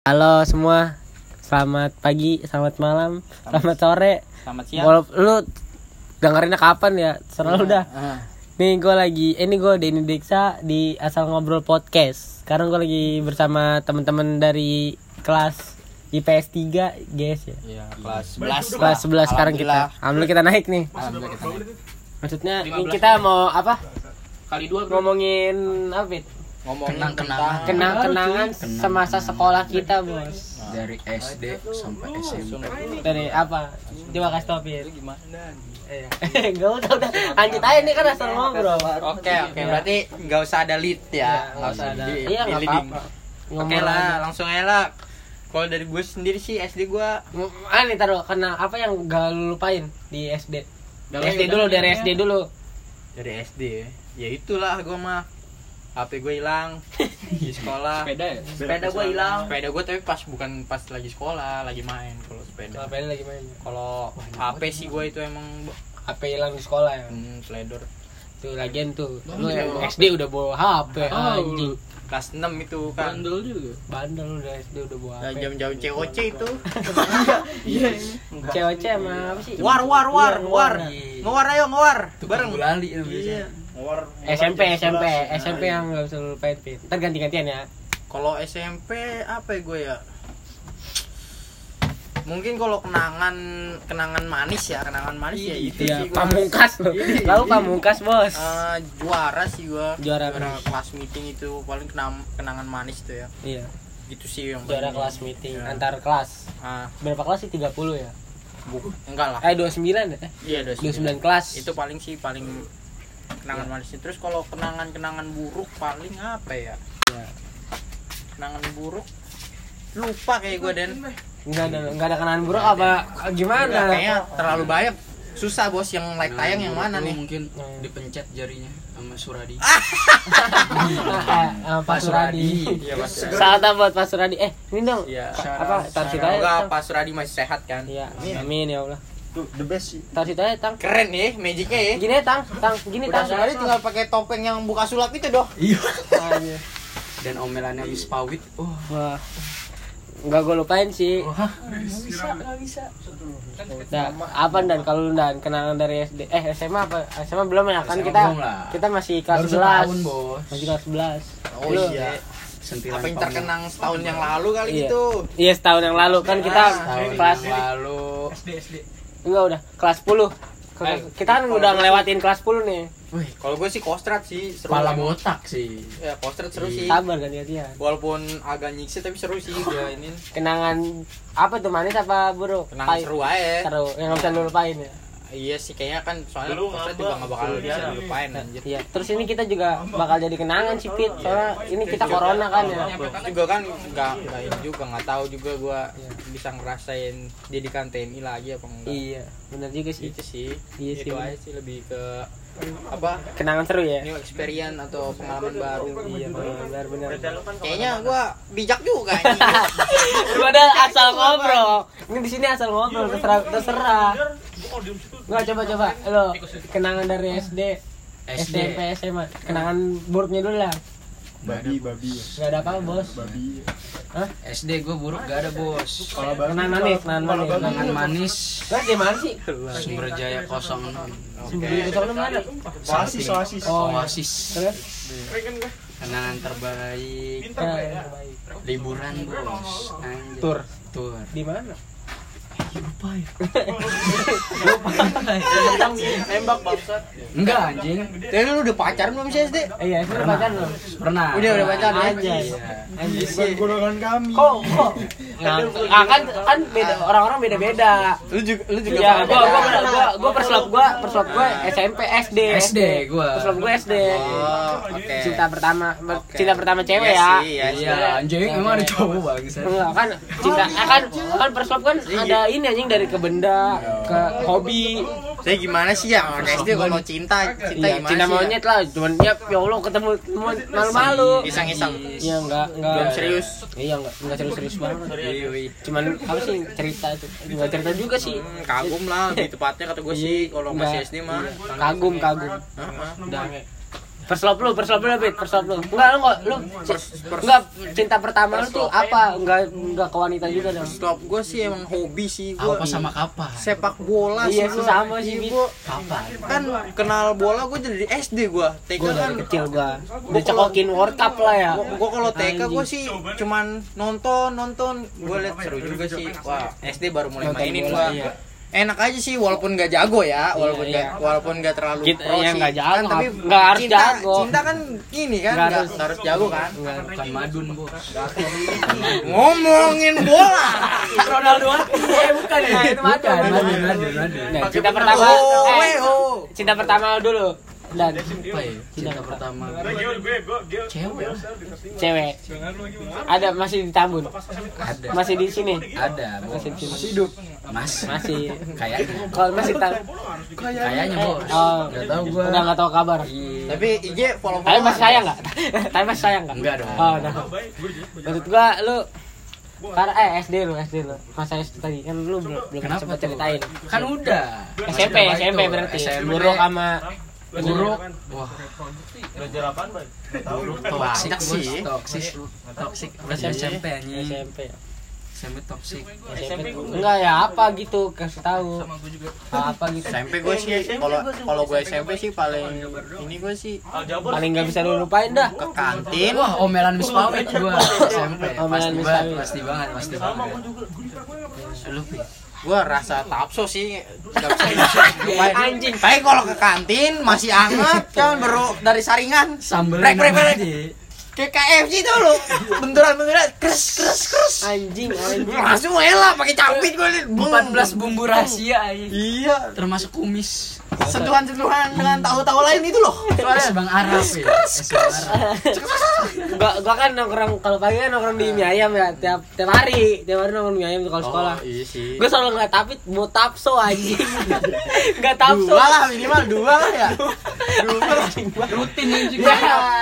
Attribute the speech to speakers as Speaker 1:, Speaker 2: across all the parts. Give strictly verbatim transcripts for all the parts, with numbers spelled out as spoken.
Speaker 1: Halo semua, selamat pagi, selamat malam, selamat sore,
Speaker 2: selamat siang.
Speaker 1: Walau lu dengerinnya kapan ya, selalu dah.
Speaker 2: Uh.
Speaker 1: Nih gue lagi, ini gue Denny Deksa di Asal Ngobrol Podcast. Sekarang gue lagi bersama teman-teman dari kelas I P S tiga, guys ya.
Speaker 2: Iya, kelas sebelas.
Speaker 1: Kelas sebelas sekarang kita. Alhamdulillah kita naik nih.
Speaker 2: Alhamdulillah kita naik.
Speaker 1: Maksudnya ini kita mau apa?
Speaker 2: Kali dua
Speaker 1: ngomongin apa? Fit?
Speaker 2: Ngomongin
Speaker 3: kenang-kenangan
Speaker 1: Kenang-kenangan semasa sekolah kita, Bos.
Speaker 3: dari S D sampai S M P.
Speaker 1: Dari apa? Coba kasih tau, Fit.
Speaker 2: Gimana?
Speaker 1: Enggak usah udah. Lanjut aja nih kan asal ngobrol.
Speaker 2: Oke, oke. Berarti enggak usah ada lead ya.
Speaker 1: Enggak usah ada.
Speaker 2: di-
Speaker 1: Iya,
Speaker 2: di
Speaker 1: enggak
Speaker 2: leading.
Speaker 1: apa-apa.
Speaker 2: Oke lah, langsung aja lah. Kalau dari gue sendiri sih S D gue
Speaker 1: Ah, nih taruh kena apa yang gak lu lupain di S D? S D dulu, dari S D dulu.
Speaker 2: dari S D ya. Ya itulah gue mah H P gue hilang di sekolah.
Speaker 3: Sepeda ya?
Speaker 2: Sepeda gue hilang. Sepeda gue tapi pas bukan pas lagi sekolah, lagi main kalau sepeda.
Speaker 1: Apa lagi main?
Speaker 2: Kalau H P sih gue itu emang
Speaker 1: H P hilang di sekolah ya.
Speaker 2: hmm, sledor.
Speaker 1: Tuh lagian tuh. Lu yang S D udah bawa H P anjing.
Speaker 2: Kelas enam itu kan.
Speaker 3: Bandel juga.
Speaker 1: Bandel lu udah S D udah bawa H
Speaker 2: Nah,
Speaker 1: P.
Speaker 2: jam-jam C O C itu.
Speaker 1: C O C sama apa sih?
Speaker 2: War war war
Speaker 1: Iya,
Speaker 2: war. Ngewar ayo ngewar.
Speaker 3: Bareng
Speaker 2: Bareng.
Speaker 3: lali ya
Speaker 2: Iya.
Speaker 3: biasanya.
Speaker 1: S M P, S M P, S M P yang enggak bisa lu lupain, Fit. Entar ganti-gantian ya.
Speaker 2: Kalau S M P apa ya gue ya? Mungkin kalau kenangan kenangan manis ya, kenangan manis ya itu
Speaker 1: Iya,
Speaker 2: sih gue.
Speaker 1: pamungkas lu. Lalu pamungkas, Bos.
Speaker 2: Eh, juara sih gue.
Speaker 1: Juara
Speaker 2: kelas meeting itu paling kenang, kenangan manis tuh ya.
Speaker 1: Iya.
Speaker 2: Gitu sih yang
Speaker 1: Juara
Speaker 2: paling-
Speaker 1: kelas meeting
Speaker 2: Iya.
Speaker 1: antar kelas.
Speaker 2: Ah,
Speaker 1: Berapa kelas sih? tiga puluh ya?
Speaker 2: bu- enggak lah.
Speaker 1: Eh dua puluh sembilan ya?
Speaker 2: Iya,
Speaker 1: dua puluh sembilan kelas.
Speaker 2: Itu paling sih paling kenangan
Speaker 1: Iya.
Speaker 2: manisnya. Terus kalau kenangan-kenangan buruk paling apa ya?
Speaker 1: Ya.
Speaker 2: Kenangan buruk lupa kayak gue dan
Speaker 1: Enggak ada enggak ada kenangan buruk apa gimana?
Speaker 2: kayaknya terlalu banyak. Susah bos yang like tayang yang mana nih?
Speaker 3: Mungkin
Speaker 1: Hmm.
Speaker 3: dipencet jarinya sama Suradi.
Speaker 1: Ah, eh, eh, Pak Suradi.
Speaker 2: Iya Mas.
Speaker 1: Salam buat Pak Suradi. Eh, ini dong.
Speaker 2: Iya.
Speaker 1: Apa? Tar situ
Speaker 2: Semoga
Speaker 1: aja. Tang.
Speaker 2: Pak Suradi masih sehat kan?
Speaker 1: Iya, amin ya Allah.
Speaker 4: Tuh, the best sih.
Speaker 1: Tar situ aja, Tang.
Speaker 2: Keren ya magicnya ya.
Speaker 1: Gini ya, Tang. Tang, gini
Speaker 2: Udah
Speaker 1: Tang.
Speaker 2: Suradi tinggal pakai topeng yang buka sulap itu doh.
Speaker 3: Iya.
Speaker 1: Ah, iya.
Speaker 3: Dan omelannya Miss Pawit. Oh.
Speaker 1: Wah. Enggak gue lupain sih.
Speaker 3: Wah.
Speaker 1: Nah, apa dan kalau lu dan kenangan dari S D eh S M A apa? S M A belum ya kan
Speaker 3: S M A
Speaker 1: kita
Speaker 3: belum lah.
Speaker 1: kita masih kelas
Speaker 3: Baru
Speaker 1: sebelas.
Speaker 3: setahun, Bos.
Speaker 1: Masih kelas sebelas.
Speaker 2: Oh
Speaker 1: Lu-
Speaker 2: iya.
Speaker 3: Sentilan
Speaker 2: Apa yang
Speaker 3: pamung.
Speaker 2: terkenang setahun yang lalu kali
Speaker 1: Iya.
Speaker 2: gitu?
Speaker 1: Iya, setahun yang lalu kan kita
Speaker 3: Setahun
Speaker 1: kelas
Speaker 3: yang lalu.
Speaker 1: enggak udah kelas sepuluh. Ke- Kita kan udah ngelewatin kelas sepuluh nih.
Speaker 2: Wih, kalau gue sih kostrat sih seru.
Speaker 3: Kepala
Speaker 2: emang.
Speaker 3: botak sih.
Speaker 2: Ya kostrat seru sih.
Speaker 1: Sabar kan gantian.
Speaker 2: Walaupun agak nyiksa tapi seru sih gue ini.
Speaker 1: Kenangan apa tuh, manis apa buruk?
Speaker 2: Kenang
Speaker 1: Pahit.
Speaker 2: seru aja.
Speaker 1: Seru yang nggak bisa lu lupain ya.
Speaker 2: Iya sih kayaknya kan soalnya kostrat juga nggak bakal bisa dilupain anjir.
Speaker 1: Iya, terus ini kita juga bakal jadi kenangan sih, Pit. Soalnya ini kita corona kan ya.
Speaker 2: Terus juga kan nggak nggak ini juga nggak tahu juga gue bisa ngerasain didikan T N I lagi apa enggak.
Speaker 1: Iya, benar juga sih.
Speaker 2: Itu sih.
Speaker 1: Iya sih,
Speaker 2: Itu
Speaker 1: bener.
Speaker 2: aja sih lebih ke apa
Speaker 1: Kenangan seru ya.
Speaker 2: new experience atau pengalaman baru.
Speaker 1: Iya, benar benar.
Speaker 2: Kayaknya gue bijak juga anjing.
Speaker 1: Daripada asal ngobrol. Ini di sini asal ngobrol, terserah terserah. Nggak, coba coba. Lo kenangan dari S D, S D, S M P, S M A. Kenangan buruknya dulu lah.
Speaker 4: Babi, babi.
Speaker 1: Nggak ada apa, Bos.
Speaker 4: Babi.
Speaker 1: Hah?
Speaker 3: S D gue buruk gak ada, Bos.
Speaker 4: Kalau babi.
Speaker 1: Kenangan manis, kenangan manis.
Speaker 3: Kenangan manis.
Speaker 1: Lah di mana sih?
Speaker 3: Sumberjaya kosong enam.
Speaker 1: Sebelum itu mana mana?
Speaker 4: Oasis, oasis.
Speaker 1: Oh,
Speaker 3: Oasis.
Speaker 1: Terus?
Speaker 3: Kenangan terbaik.
Speaker 1: Ya,
Speaker 3: Liburan, Bos. Anjir.
Speaker 1: Tur.
Speaker 3: Tur.
Speaker 1: Di mana?
Speaker 3: Lupa ya.
Speaker 2: Nembak bangsat.
Speaker 3: Enggak, anjing.
Speaker 2: Tapi lu udah pacaran belum sih S D?
Speaker 1: Eh, iya, itu pacaran lo.
Speaker 3: Pernah.
Speaker 2: Udah, udah pacaran ya?
Speaker 1: Aja.
Speaker 3: Iya.
Speaker 1: Anjir.
Speaker 4: Bukan golongan kami.
Speaker 1: Kok kok? Nah, ah, kan kan beda orang-orang beda-beda.
Speaker 2: Lu juga lu juga
Speaker 1: Ya,
Speaker 2: pernah
Speaker 1: gua gua
Speaker 2: pacaran?
Speaker 1: gua gua perslop gua perslop gua S M P, S D.
Speaker 3: S D gua.
Speaker 1: Perslop gua S D.
Speaker 2: Oh, oke.
Speaker 1: Cinta pertama
Speaker 2: Oke.
Speaker 1: cinta pertama cewek
Speaker 2: Iya
Speaker 1: ya.
Speaker 2: sih, iya sih.
Speaker 3: Iya, anjing emang ada cowok bangsat.
Speaker 1: Enggak kan cinta eh, kan kan perslop kan ada ini anjing dari ke benda ke hobi.
Speaker 2: Saya gimana sih ya anak S D kalau cinta cinta
Speaker 1: Iya,
Speaker 2: gimana
Speaker 1: cinta
Speaker 2: sih? ya?
Speaker 1: monyet lah. Cuman ya ya Allah ketemu teman malu-malu.
Speaker 2: Iseng-iseng.
Speaker 1: Iya enggak enggak
Speaker 2: Belum serius.
Speaker 1: Iya enggak enggak serius-serius banget.
Speaker 2: Iya, iya.
Speaker 1: Cuman apa sih cerita itu? Enggak cerita juga sih.
Speaker 2: Hmm, kagum lah lebih tepatnya kata gue sih kalau masih S D mah.
Speaker 1: Kagum kagum.
Speaker 2: Heeh.
Speaker 1: Udah First love lu, first love lu, Pit, first love lu. Enggak, lu enggak, lu enggak cinta pertama lu tuh apa? Enggak enggak ke wanita juga dong.
Speaker 2: Stop gue sih emang hobi sih gue.
Speaker 3: Apa sama kapan?
Speaker 2: Sepak bola
Speaker 1: Iya
Speaker 2: sih
Speaker 1: sih
Speaker 2: gua.
Speaker 1: sama sih, Pit.
Speaker 2: Gua
Speaker 3: Kapan?
Speaker 2: kan kenal bola gue dari S D gue. T K
Speaker 1: Gua
Speaker 2: kan
Speaker 1: dari kecil gua. Udah cekokin World Cup lah ya.
Speaker 2: gue kalau T K gue sih cuman nonton nonton gue liat seru juga sih. Wah S D baru mulai
Speaker 1: Nonton
Speaker 2: mainin
Speaker 1: bola,
Speaker 2: gue.
Speaker 1: iya.
Speaker 2: Enak aja sih walaupun gak jago ya, walaupun
Speaker 1: Iya,
Speaker 2: gak
Speaker 1: iya.
Speaker 2: walaupun gak terlalu
Speaker 1: Kita-
Speaker 2: pro
Speaker 1: iya,
Speaker 2: sih.
Speaker 1: nggak jago,
Speaker 2: Kan, tapi
Speaker 1: nggak harus
Speaker 2: cinta,
Speaker 1: jago.
Speaker 2: Cinta kan gini kan,
Speaker 1: Nggak
Speaker 2: nggak
Speaker 1: harus-
Speaker 2: nggak harus jago kan.
Speaker 1: Enggak.
Speaker 3: Bukan madun, Bos.
Speaker 2: Ngomongin bola.
Speaker 1: Ronaldo eh bukan ya, itu
Speaker 3: Bukan,
Speaker 1: Madun.
Speaker 3: madun, madun, madun.
Speaker 1: Nah, cinta pertama
Speaker 2: Oh,
Speaker 1: eh,
Speaker 2: weh, oh.
Speaker 1: cinta pertama dulu. Dan
Speaker 3: Apa ya? Cinta pertama. Cewek.
Speaker 1: cewek. Ada masih di Tambun.
Speaker 3: Ada.
Speaker 1: Masih di sini.
Speaker 3: Ada, Bos.
Speaker 1: Masih di sini.
Speaker 4: hidup.
Speaker 3: Mas.
Speaker 1: Masih.
Speaker 3: Kayaknya.
Speaker 1: Kalau masih tahu.
Speaker 3: Kayaknya, Bos.
Speaker 1: Oh,
Speaker 3: Enggak tahu gua.
Speaker 1: udah enggak tahu kabar.
Speaker 3: Iya.
Speaker 2: Tapi I G follow
Speaker 1: Tapi masih sayang enggak? Tapi masih sayang enggak?
Speaker 3: Enggak dong.
Speaker 1: Oh, udah. Menurut gua lu karena eh S D lu, S D lu. Masa S D tadi kan lu belum belum
Speaker 3: Kenapa
Speaker 1: sempat
Speaker 3: tuh?
Speaker 1: ceritain.
Speaker 3: Kan udah.
Speaker 1: S M P, S M P berarti.
Speaker 3: S M P.
Speaker 1: Buruk sama
Speaker 3: Buruk. Wah,
Speaker 5: Belajar apaan, Bay?
Speaker 3: toksik
Speaker 2: Banyak
Speaker 3: sih.
Speaker 2: sih.
Speaker 3: Toksik. Toksik. Udah S M P anjing.
Speaker 1: S M P.
Speaker 3: S M P toksik.
Speaker 1: S M P enggak ya apa gitu kasih tahu. Apa gitu.
Speaker 2: S M P gue sih kalau kalau gue S M P sih paling ini gue sih
Speaker 5: Aljabar.
Speaker 1: Paling enggak bisa lu lupain dah.
Speaker 2: ke kantin.
Speaker 3: Wah, omelan Miss Pawit gua S M P.
Speaker 1: Omelan
Speaker 3: Pasti
Speaker 1: Miss
Speaker 3: banget,
Speaker 1: Pawit.
Speaker 3: pasti banget, pasti banget. Lu Pi.
Speaker 2: Gue rasa tapso sih nggak bisa lupain.
Speaker 1: Anjing.
Speaker 2: Tapi kalau ke kantin masih anget kan baru dari saringan.
Speaker 3: Sambelnya
Speaker 2: Brek, brek, brek.
Speaker 3: aja.
Speaker 2: Kayak K F C tuh lu. Benturan-benturan kres kres kres.
Speaker 1: Anjing, anjing.
Speaker 2: Langsung elah pakai capit gue liat.
Speaker 3: empat belas bumbu rahasia anjing.
Speaker 2: Iya.
Speaker 3: Termasuk kumis.
Speaker 2: Sentuhan-sentuhan dengan tahu-tahu lain itu loh.
Speaker 3: Es Bang Arab ya. Es Bang Arab.
Speaker 1: Gua gua kan nongkrong kalau pagi kan nongkrong di mie ayam ya tiap tiap hari. Tiap hari nongkrong mie ayam tuh kalau sekolah.
Speaker 2: Iya sih.
Speaker 1: Gue selalu ngeliat Tapit mau tapso anjing. Enggak tapso.
Speaker 2: Dua lah minimal dua lah ya.
Speaker 3: Rutin ini juga.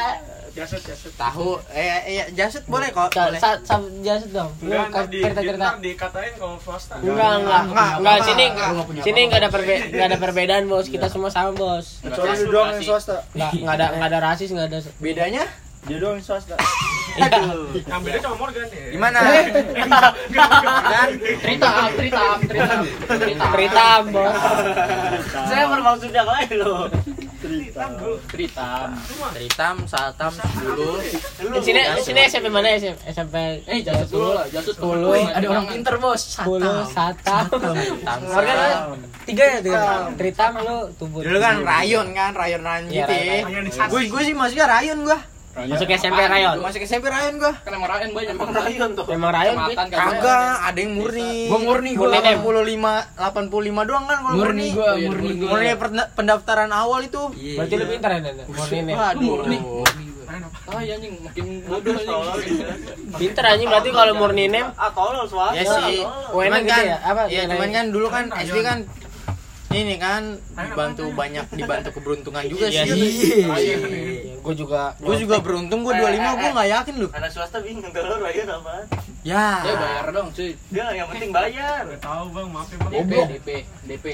Speaker 2: Tahu eh eh jasut boleh kok. Boleh.
Speaker 1: Sa sa jasut dong. Lu
Speaker 5: Enggak, ntar di,
Speaker 1: cerita-cerita.
Speaker 5: ntar dikatain kalau swasta.
Speaker 1: Enggak, enggak.
Speaker 2: Enggak,
Speaker 1: Enggak,
Speaker 2: enggak.
Speaker 1: sini
Speaker 2: Enggak, enggak punya
Speaker 1: sini enggak ada perbe enggak ada perbedaan, Bos. Kita semua sama, Bos.
Speaker 4: Kecuali lu doang yang swasta.
Speaker 1: Enggak enggak ada enggak ada rasis, enggak ada.
Speaker 2: Bedanya?
Speaker 4: Dia doang yang swasta.
Speaker 2: Aduh.
Speaker 5: Yang beda cuma Morgan ya.
Speaker 2: Gimana? Dan
Speaker 3: Cerita, cerita, cerita.
Speaker 1: Cerita, Bos.
Speaker 5: Saya bermaksud yang lain loh.
Speaker 3: Cerita.
Speaker 2: Tritam, Satam, dulu.
Speaker 1: Di sini di sini S M P mana S M P? S M P
Speaker 3: Eh, jasut dulu lah, jasut
Speaker 1: sepuluh.
Speaker 3: Wih, ada orang pinter, Bos.
Speaker 1: sepuluh
Speaker 3: Satam.
Speaker 1: Satam. Morgan lu tiga ya tiga. Tritam lu tubuh.
Speaker 2: Dulu kan Rayon kan, Rayon
Speaker 1: Iya,
Speaker 2: Ranjit.
Speaker 1: Rayon.
Speaker 2: Gue gue sih masuknya Rayon gua.
Speaker 1: Masuk S M P Rayon.
Speaker 2: Masuk S M P Rayon gua.
Speaker 3: Kan emang Rayon banyak.
Speaker 5: Emang Rayon tuh.
Speaker 1: Memang Rayon. Pit.
Speaker 3: Kecamatan kan.
Speaker 2: Kagak, ada yang murni.
Speaker 3: Gua murni, gua.
Speaker 2: delapan puluh lima delapan puluh lima doang kan kalau
Speaker 3: Murni
Speaker 2: murni.
Speaker 3: gua, murni gua.
Speaker 2: Murni perd- pendaftaran awal itu.
Speaker 3: Iya.
Speaker 1: Berarti lu pintar ya, Nana? Murni nih.
Speaker 2: Waduh.
Speaker 3: Murni. Ah, ya anjing makin bodoh anjing.
Speaker 1: Pintar anjing berarti kalau murni nem.
Speaker 5: Ah, tolol swasta.
Speaker 2: Ya sih.
Speaker 1: U N
Speaker 2: Cuman
Speaker 1: gitu
Speaker 2: kan,
Speaker 1: ya? Apa?
Speaker 2: ya
Speaker 1: nilai?
Speaker 2: cuman kan dulu kan S D kan ini kan dibantu banyak dibantu keberuntungan juga
Speaker 1: Iya
Speaker 2: sih.
Speaker 1: sih. Gue juga
Speaker 2: Gue juga beruntung gue dua puluh lima gue nggak yakin loh.
Speaker 5: Anak swasta bingung kalau Rayon apaan.
Speaker 2: Ya.
Speaker 3: Ya bayar dong, cuy.
Speaker 5: Dia yang penting bayar. Tahu Bang, maaf ya Bang.
Speaker 3: D P, D P, D P.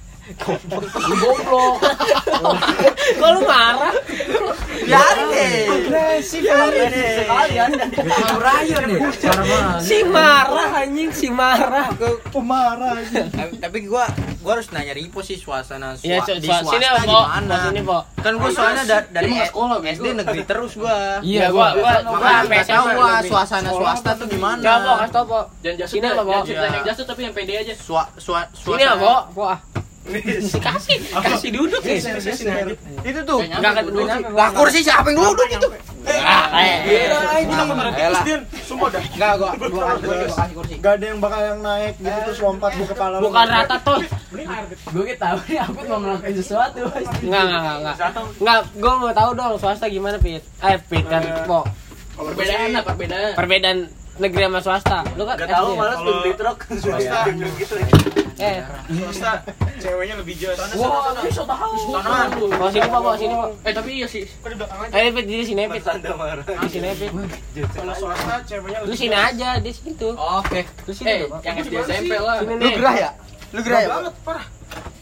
Speaker 1: goblok. Kok lu marah?
Speaker 2: Biarin deh.
Speaker 5: Biarin deh. Sekali Anda.
Speaker 3: Mau Rayon nih. Cara banget.
Speaker 1: Si marah anjing, si marah.
Speaker 4: Pemarah aja.
Speaker 2: Tapi- Tapi gue gue harus nanya Ripo sih suasana swa,
Speaker 1: Iya,
Speaker 2: di
Speaker 1: sini
Speaker 2: swasta
Speaker 1: apa, Po?
Speaker 2: gimana?
Speaker 1: Sini, Po.
Speaker 2: Kan gue soalnya da- dari
Speaker 3: Emang
Speaker 2: S-
Speaker 3: sekolah,
Speaker 2: S D
Speaker 3: bego.
Speaker 2: negeri terus gue.
Speaker 1: Iya, gua gua
Speaker 2: Makanya
Speaker 1: sampai
Speaker 2: nggak tahu
Speaker 1: S M P
Speaker 2: gue
Speaker 1: lebih.
Speaker 2: suasana swasta tuh gimana.
Speaker 1: Enggak, Po, kasih tau, Po.
Speaker 3: Jangan jasut
Speaker 1: Sini
Speaker 3: ya,
Speaker 1: apa, Po?
Speaker 3: jangan ceritain yang jasut tapi yang pede aja.
Speaker 2: Sua, sua,
Speaker 1: Sini
Speaker 2: suasana.
Speaker 1: ya, Po. Po ah. Kasih, kasih duduk ya.
Speaker 2: Itu tuh.
Speaker 1: Enggak ketemu apa, Po.
Speaker 2: Lah kursi siapa yang duduk itu?
Speaker 1: Ah, eh.
Speaker 2: Elah.
Speaker 5: Sumpah dah.
Speaker 2: Enggak, gua gua kasih gua kasih kursi.
Speaker 4: Gak ada yang bakal yang naik gitu terus lompat di kepala lu.
Speaker 1: Bukan rata tuh.
Speaker 3: Gue kita tahu nih aku mau ngelakuin sesuatu.
Speaker 1: Enggak, enggak, enggak, enggak. Enggak, gua mau tahu dong swasta gimana, Pit. Eh, Pit kan, Po.
Speaker 3: Perbedaan lah, perbedaan.
Speaker 1: Perbedaan negeri sama swasta. Lu kan
Speaker 5: Gak tahu
Speaker 1: S D ya?
Speaker 5: malas belum di truk. Swasta gitu.
Speaker 1: Eh,
Speaker 5: Swasta ceweknya lebih jelas.
Speaker 3: Wah, bisa tahu. Tanaman.
Speaker 1: mau sini, Po, Po, sini, Po.
Speaker 3: Eh, tapi iya sih.
Speaker 5: Kok di belakang aja.
Speaker 1: Eh, Pit, di sini, Pit.
Speaker 5: Anda marah.
Speaker 1: Di sini, Pit.
Speaker 5: Kalau swasta ceweknya
Speaker 1: Lu
Speaker 5: lebih
Speaker 1: sini aja, di situ.
Speaker 3: Oke.
Speaker 1: Lu sini,
Speaker 3: Eh,
Speaker 1: Po.
Speaker 3: yang S D S M P lah.
Speaker 1: Sini
Speaker 2: Lu
Speaker 1: nih.
Speaker 2: gerah ya? Lu gerah ya?
Speaker 5: banget parah.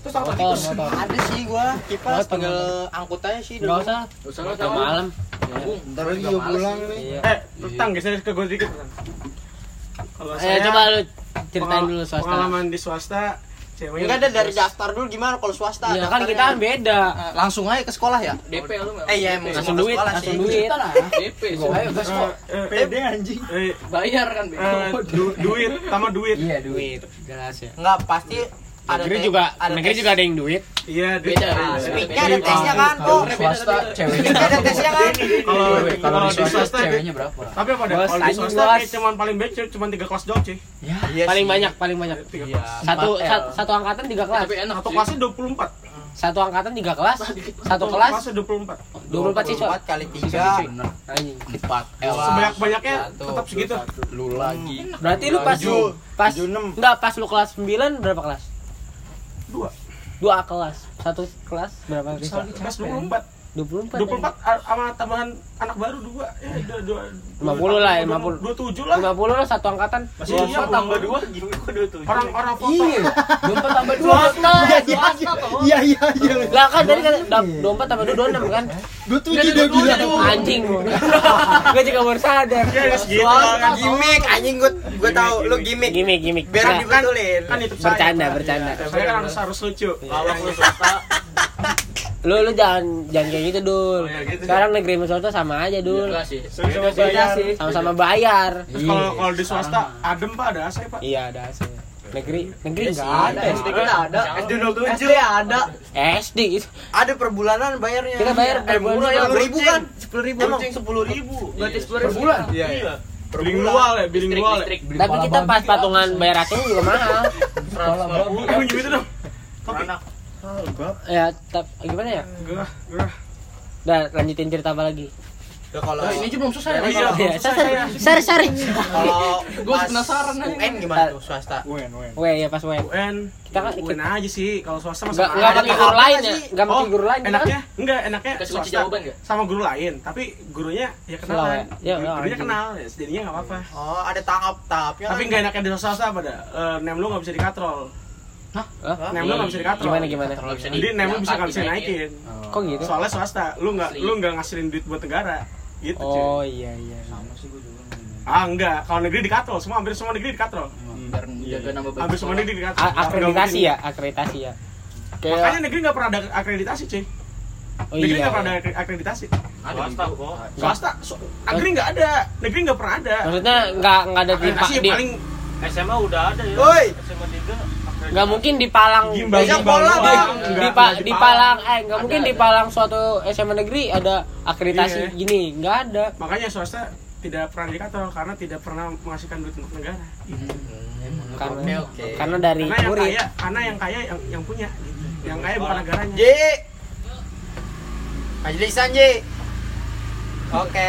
Speaker 5: Terus angkot
Speaker 1: Motor,
Speaker 5: tikus.
Speaker 1: motor.
Speaker 2: Ada sih gua kipas
Speaker 1: Motor,
Speaker 2: tinggal
Speaker 1: motor.
Speaker 2: angkut aja sih
Speaker 1: Enggak
Speaker 2: dulu.
Speaker 1: usah.
Speaker 3: Usah
Speaker 1: Udah malam.
Speaker 4: Ntar lagi juga pulang nih.
Speaker 1: Iya.
Speaker 5: Eh, tang geser ke gue dikit. Tang. Kalau
Speaker 1: Eh
Speaker 5: saya
Speaker 1: coba lu ceritain
Speaker 5: pengal-
Speaker 1: dulu swasta.
Speaker 5: Pengalaman di swasta, ceweknya.
Speaker 2: Enggak ada dari daftar dulu gimana kalau swasta?
Speaker 1: Iya kan kita kan beda.
Speaker 2: langsung aja ke sekolah ya.
Speaker 3: D P lu nggak?
Speaker 2: Eh iya emang
Speaker 1: Langsung
Speaker 2: sama
Speaker 1: duit,
Speaker 2: sekolah
Speaker 1: langsung
Speaker 2: sih.
Speaker 1: duit.
Speaker 3: D P sih.
Speaker 2: Ayo ke sekolah.
Speaker 5: Eh, eh,
Speaker 4: Pede anjing.
Speaker 5: eh,
Speaker 3: Bayar kan
Speaker 5: eh,
Speaker 3: bego.
Speaker 5: du- duit, sama duit.
Speaker 1: Iya duit. Jelas ya.
Speaker 2: Enggak pasti ada
Speaker 1: Negeri
Speaker 2: tes-
Speaker 1: juga,
Speaker 2: ada
Speaker 1: negeri
Speaker 2: tes.
Speaker 1: juga ada yang duit.
Speaker 5: Iya, duit.
Speaker 3: Beda,
Speaker 5: Ah,
Speaker 3: beda.
Speaker 2: Speaknya ada tesnya kan? Oh,
Speaker 3: Swasta
Speaker 2: ceweknya ada tesnya kan?
Speaker 5: Kalau kalau di swasta
Speaker 3: ceweknya berapa?
Speaker 5: tapi apa ada?
Speaker 1: Bos,
Speaker 5: Kalau di
Speaker 1: anjing,
Speaker 5: swasta
Speaker 1: bos.
Speaker 5: kayak cuman paling baik cuman tiga kelas doang, cuy.
Speaker 2: Iya
Speaker 1: Paling
Speaker 2: sih.
Speaker 1: banyak, paling banyak.
Speaker 5: Tiga
Speaker 2: Iya.
Speaker 5: kelas.
Speaker 1: Satu
Speaker 3: empat L.
Speaker 1: sa- satu angkatan tiga kelas.
Speaker 3: Tapi enak
Speaker 5: Satu
Speaker 3: sih.
Speaker 5: kelasnya dua puluh empat.
Speaker 1: Satu angkatan tiga kelas. Satu kelas
Speaker 5: kelasnya dua puluh empat.
Speaker 1: dua puluh empat siswa.
Speaker 2: empat kali tiga.
Speaker 1: Anjing.
Speaker 3: empat L.
Speaker 5: Sebanyak-banyaknya
Speaker 2: Satu.
Speaker 5: tetap segitu.
Speaker 3: Lu lagi.
Speaker 1: Berarti lu pas
Speaker 4: Tujuh.
Speaker 1: pas
Speaker 4: Tujuh, enam.
Speaker 1: enggak pas lu kelas sembilan berapa kelas?
Speaker 5: Dua.
Speaker 1: Dua kelas. Satu kelas berapa siswa?
Speaker 5: Kelas dua puluh empat.
Speaker 1: dua puluh empat.
Speaker 5: dua puluh empat a- sama tambahan anak baru dua. Ya, dua, dua,
Speaker 1: lima puluh lah, lima puluh.
Speaker 5: dua puluh tujuh lah.
Speaker 1: lima puluh lah satu angkatan.
Speaker 5: Masih iya, tambah dua. Orang-orang foto.
Speaker 1: Iya. dua puluh empat tambah dua.
Speaker 4: Iya iya iya iya iya.
Speaker 1: Lah kan tadi kan dua puluh empat tambah dua puluh enam kan?
Speaker 4: Dua tujuh dia gila.
Speaker 1: Anjing gua. Gua juga baru sadar.
Speaker 5: Ya, segitu
Speaker 2: Soal
Speaker 5: lah.
Speaker 2: gimmick anjing gua gua tahu lu gimmick.
Speaker 1: Gimik gimik.
Speaker 2: Biar
Speaker 1: Nah,
Speaker 2: dibetulin.
Speaker 5: Kan itu saya.
Speaker 1: Bercanda, bercanda.
Speaker 5: Saya kan harus harus lucu.
Speaker 3: Kalau lu swasta
Speaker 1: Lu lu jangan jangan kayak gitu, Dul.
Speaker 5: Oh, ya gitu.
Speaker 1: Sekarang negeri sama swasta sama aja, Dul.
Speaker 3: enggak sih.
Speaker 5: Sama-sama
Speaker 1: Beda
Speaker 5: bayar.
Speaker 1: sih. Sama-sama bayar.
Speaker 5: Kalau kalau di swasta adem Pak, ada A C Pak.
Speaker 1: Iya, ada sih. Negeri, negeri
Speaker 2: Iya
Speaker 1: enggak
Speaker 2: sih.
Speaker 1: ada.
Speaker 2: S D kita ada. S D nol tujuh ada.
Speaker 1: S D itu.
Speaker 2: Ada per bulanan bayarnya.
Speaker 1: Kita bayar per bulan
Speaker 2: murah ya,
Speaker 1: juga.
Speaker 2: sepuluh ribu kan? Sepuluh ribu emang.
Speaker 5: sepuluh ribu.
Speaker 3: Berarti
Speaker 2: Per bulan? Iya.
Speaker 5: Iya.
Speaker 2: Per
Speaker 5: Bilingual ya, bilingual ya.
Speaker 3: Listrik.
Speaker 1: Tapi kita pas patungan bayar rekening juga mahal.
Speaker 5: Eh, minjem itu dong. Tapi
Speaker 1: Ya, tap, gimana ya?
Speaker 5: gerah, gerah.
Speaker 1: Udah lanjutin cerita apa lagi?
Speaker 2: Ya kalau
Speaker 3: Nah, ini aja belum selesai.
Speaker 5: Oh, iya.
Speaker 1: Ya, sorry, sorry, sorry.
Speaker 2: kalau
Speaker 3: Gua
Speaker 2: pas
Speaker 3: penasaran aja.
Speaker 2: U N gimana tuh swasta?
Speaker 4: Wen wen.
Speaker 1: Weh, ya pas weh.
Speaker 5: U N.
Speaker 1: Kita kan
Speaker 5: U N aja sih. Kalau swasta mah
Speaker 1: Enggak
Speaker 5: sama
Speaker 1: enggak
Speaker 5: aja.
Speaker 1: pakai
Speaker 2: Ada
Speaker 1: guru
Speaker 2: apa
Speaker 1: lain ya?
Speaker 2: sih?
Speaker 1: Enggak pakai
Speaker 5: Oh,
Speaker 1: guru lain.
Speaker 5: enaknya enggak enaknya
Speaker 3: Kasih kunci
Speaker 5: swasta
Speaker 3: jawaban nggak?
Speaker 5: sama guru lain, tapi gurunya ya
Speaker 1: Slow
Speaker 5: kenalan.
Speaker 1: ya? Ya,
Speaker 5: Guru-
Speaker 1: ya,
Speaker 5: Gurunya
Speaker 1: anjing.
Speaker 5: kenal, ya, jadinya enggak apa-apa.
Speaker 2: Oh, ada tahap-tahapnya.
Speaker 5: Tapi
Speaker 2: kan?
Speaker 5: enggak enaknya di swasta apa dah? Eh, nem lu enggak bisa dikatrol.
Speaker 1: Hah?
Speaker 5: Nem lu enggak bisa dikatrol.
Speaker 1: Gimana gimana?
Speaker 3: Nggak bisa
Speaker 5: Jadi nem lu bisa enggak bisa
Speaker 3: dinaikin.
Speaker 5: naikin.
Speaker 1: Kok gitu?
Speaker 5: Soalnya swasta, lu enggak
Speaker 3: Asli.
Speaker 5: lu enggak ngasilin duit buat negara. Gitu, cuy.
Speaker 1: Oh iya iya.
Speaker 5: Ah, enggak. Kalau negeri dikatrol, semua hampir semua negeri dikatrol.
Speaker 3: Biar jaga nama baik.
Speaker 5: Hampir semua negeri dikatrol.
Speaker 1: A- akreditasi
Speaker 5: Nggak
Speaker 1: ya, akreditasi ya.
Speaker 5: mungkin. Makanya negeri enggak pernah ada akreditasi, cuy.
Speaker 1: Oh
Speaker 5: Negeri
Speaker 1: iya.
Speaker 5: enggak pernah ada akre- akreditasi.
Speaker 3: Swasta kok.
Speaker 5: Swasta, so, negeri enggak ada. Negeri enggak pernah ada.
Speaker 1: Maksudnya enggak enggak ada di,
Speaker 5: Akreditasi
Speaker 1: di
Speaker 5: paling
Speaker 6: S M A udah ada ya.
Speaker 2: Woi,
Speaker 6: S M A tiga.
Speaker 1: enggak mungkin di Palang
Speaker 5: gimbal
Speaker 2: Banyak
Speaker 5: gimbal
Speaker 2: bola,
Speaker 5: doang.
Speaker 2: Bang.
Speaker 1: di,
Speaker 5: Enggak,
Speaker 1: pa,
Speaker 5: enggak
Speaker 1: di Palang eh enggak mungkin
Speaker 3: Ada,
Speaker 1: di Palang suatu S M A negeri ada akreditasi
Speaker 5: Iya.
Speaker 1: gini, enggak ada.
Speaker 5: Makanya swasta tidak pernah dikatrol karena tidak pernah menghasilkan duit untuk negara. Gitu.
Speaker 1: Karena
Speaker 2: Oke, oke.
Speaker 1: karena dari
Speaker 5: Karena yang
Speaker 1: murid.
Speaker 5: kaya, karena yang kaya yang yang punya. Gitu. Yang kaya bukan negaranya.
Speaker 2: J. Majlisan J. Oke.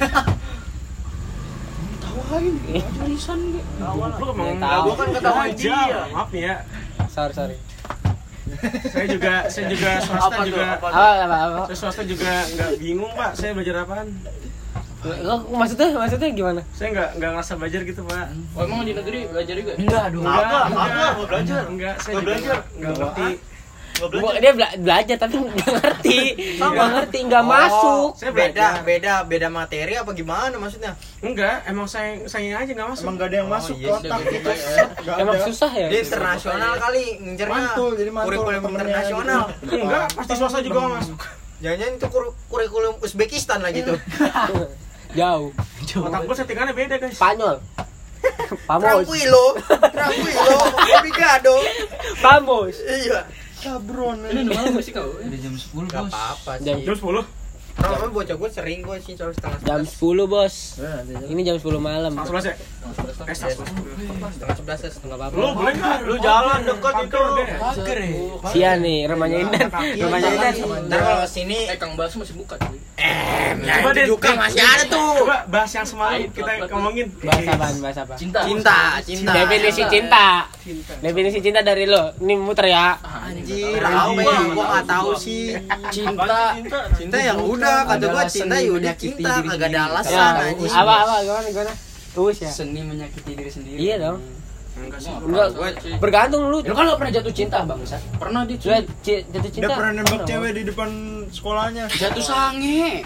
Speaker 5: Lu emang
Speaker 1: Ya,
Speaker 5: enggak
Speaker 1: tahu.
Speaker 5: gua kan ketahuan
Speaker 2: Aja.
Speaker 5: dia. Maaf nih ya.
Speaker 1: Sorry sorry.
Speaker 5: Saya juga saya juga swasta
Speaker 6: Apa tuh?
Speaker 5: juga.
Speaker 6: Apa tuh?
Speaker 1: Apa apa apa?
Speaker 5: Saya swasta juga nggak bingung Pak. Saya belajar apaan?
Speaker 1: Kok maksudnya maksudnya gimana?
Speaker 5: Saya nggak nggak ngerasa belajar gitu Pak.
Speaker 3: Oh, emang di negeri belajar juga?
Speaker 1: Enggak dong.
Speaker 5: Enggak,
Speaker 6: Apa?
Speaker 5: enggak.
Speaker 6: Apa? Mau belajar?
Speaker 5: Enggak, saya
Speaker 6: Mau
Speaker 5: juga
Speaker 6: belajar?
Speaker 5: nggak- nggak ngerti.
Speaker 6: Mau
Speaker 1: Gua,
Speaker 6: belajar?
Speaker 1: dia bela- belajar tapi nggak ngerti, nggak ngerti, nggak masuk.
Speaker 5: Saya
Speaker 2: Beda,
Speaker 5: belajar.
Speaker 2: beda, beda materi apa gimana maksudnya?
Speaker 5: Enggak, emang saya saya aja nggak masuk.
Speaker 4: Emang gak ada yang
Speaker 2: Oh,
Speaker 4: masuk
Speaker 2: iya,
Speaker 4: ke otak
Speaker 3: udah
Speaker 4: gitu.
Speaker 3: gitu.
Speaker 4: Gak
Speaker 1: Emang
Speaker 4: ada.
Speaker 1: susah ya?
Speaker 2: Dia internasional kali ngincernya.
Speaker 4: Mantul, jadi mantul
Speaker 2: Kurikulum
Speaker 4: temennya
Speaker 2: internasional.
Speaker 4: gitu.
Speaker 5: Enggak, pasti swasta juga nggak masuk.
Speaker 2: Jangan-jangan itu kur- kurikulum Uzbekistan lah gitu.
Speaker 1: Jauh.
Speaker 5: Otak gua settingannya beda guys.
Speaker 1: Spanyol. Pamos.
Speaker 2: Tranquilo, tranquilo, obrigado.
Speaker 1: Pamos.
Speaker 2: Iya.
Speaker 4: Cabron.
Speaker 3: Ini udah malam gak sih kau?
Speaker 2: Gak apa-apa
Speaker 1: Jam-
Speaker 2: sih.
Speaker 5: Jam sepuluh.
Speaker 2: Kalau bocah gue sering gue sih soal setengah
Speaker 1: Jam
Speaker 2: sebelas.
Speaker 1: sepuluh, Bos. Ini jam sepuluh malam.
Speaker 5: Setengah sebelas ya? Eh, setengah sebelas.
Speaker 2: Setengah sebelas ya.
Speaker 1: Enggak apa-apa.
Speaker 5: Lu boleh nggak?
Speaker 6: Lu jalan dekat itu.
Speaker 5: Kantor deh.
Speaker 2: Pager ya.
Speaker 1: Sia nih, rumahnya Indan. Rumahnya Indan.
Speaker 2: Ntar kalau kesini,
Speaker 3: Eh, Kang Bas masih buka cuy.
Speaker 2: eh,
Speaker 5: Coba deh,
Speaker 2: juga masih ada tuh.
Speaker 5: Coba bahas yang semalam kita ngomongin.
Speaker 1: Bahas apaan? Bahas apa?
Speaker 3: Cinta.
Speaker 2: Cinta, cinta.
Speaker 1: Definisi cinta. Definisi cinta dari lo. Ini muter ya.
Speaker 2: Anjir, tahu ya, gua nggak tahu sih.
Speaker 3: Cinta.
Speaker 2: Cinta yang udah kata gua cinta ya udah cinta, kagak ada alasan
Speaker 1: Ya,
Speaker 2: anjing.
Speaker 1: apa apa gimana gimana? Terus ya.
Speaker 3: Seni menyakiti diri sendiri.
Speaker 1: Iya dong.
Speaker 5: Enggak sih.
Speaker 1: Enggak, bergantung lu.
Speaker 3: Lu kan lu pernah jatuh cinta, Bangsa? Pernah dia
Speaker 1: Lu ci- jatuh cinta.
Speaker 4: Dia pernah nembak cewek di depan sekolahnya.
Speaker 3: jatuh sange.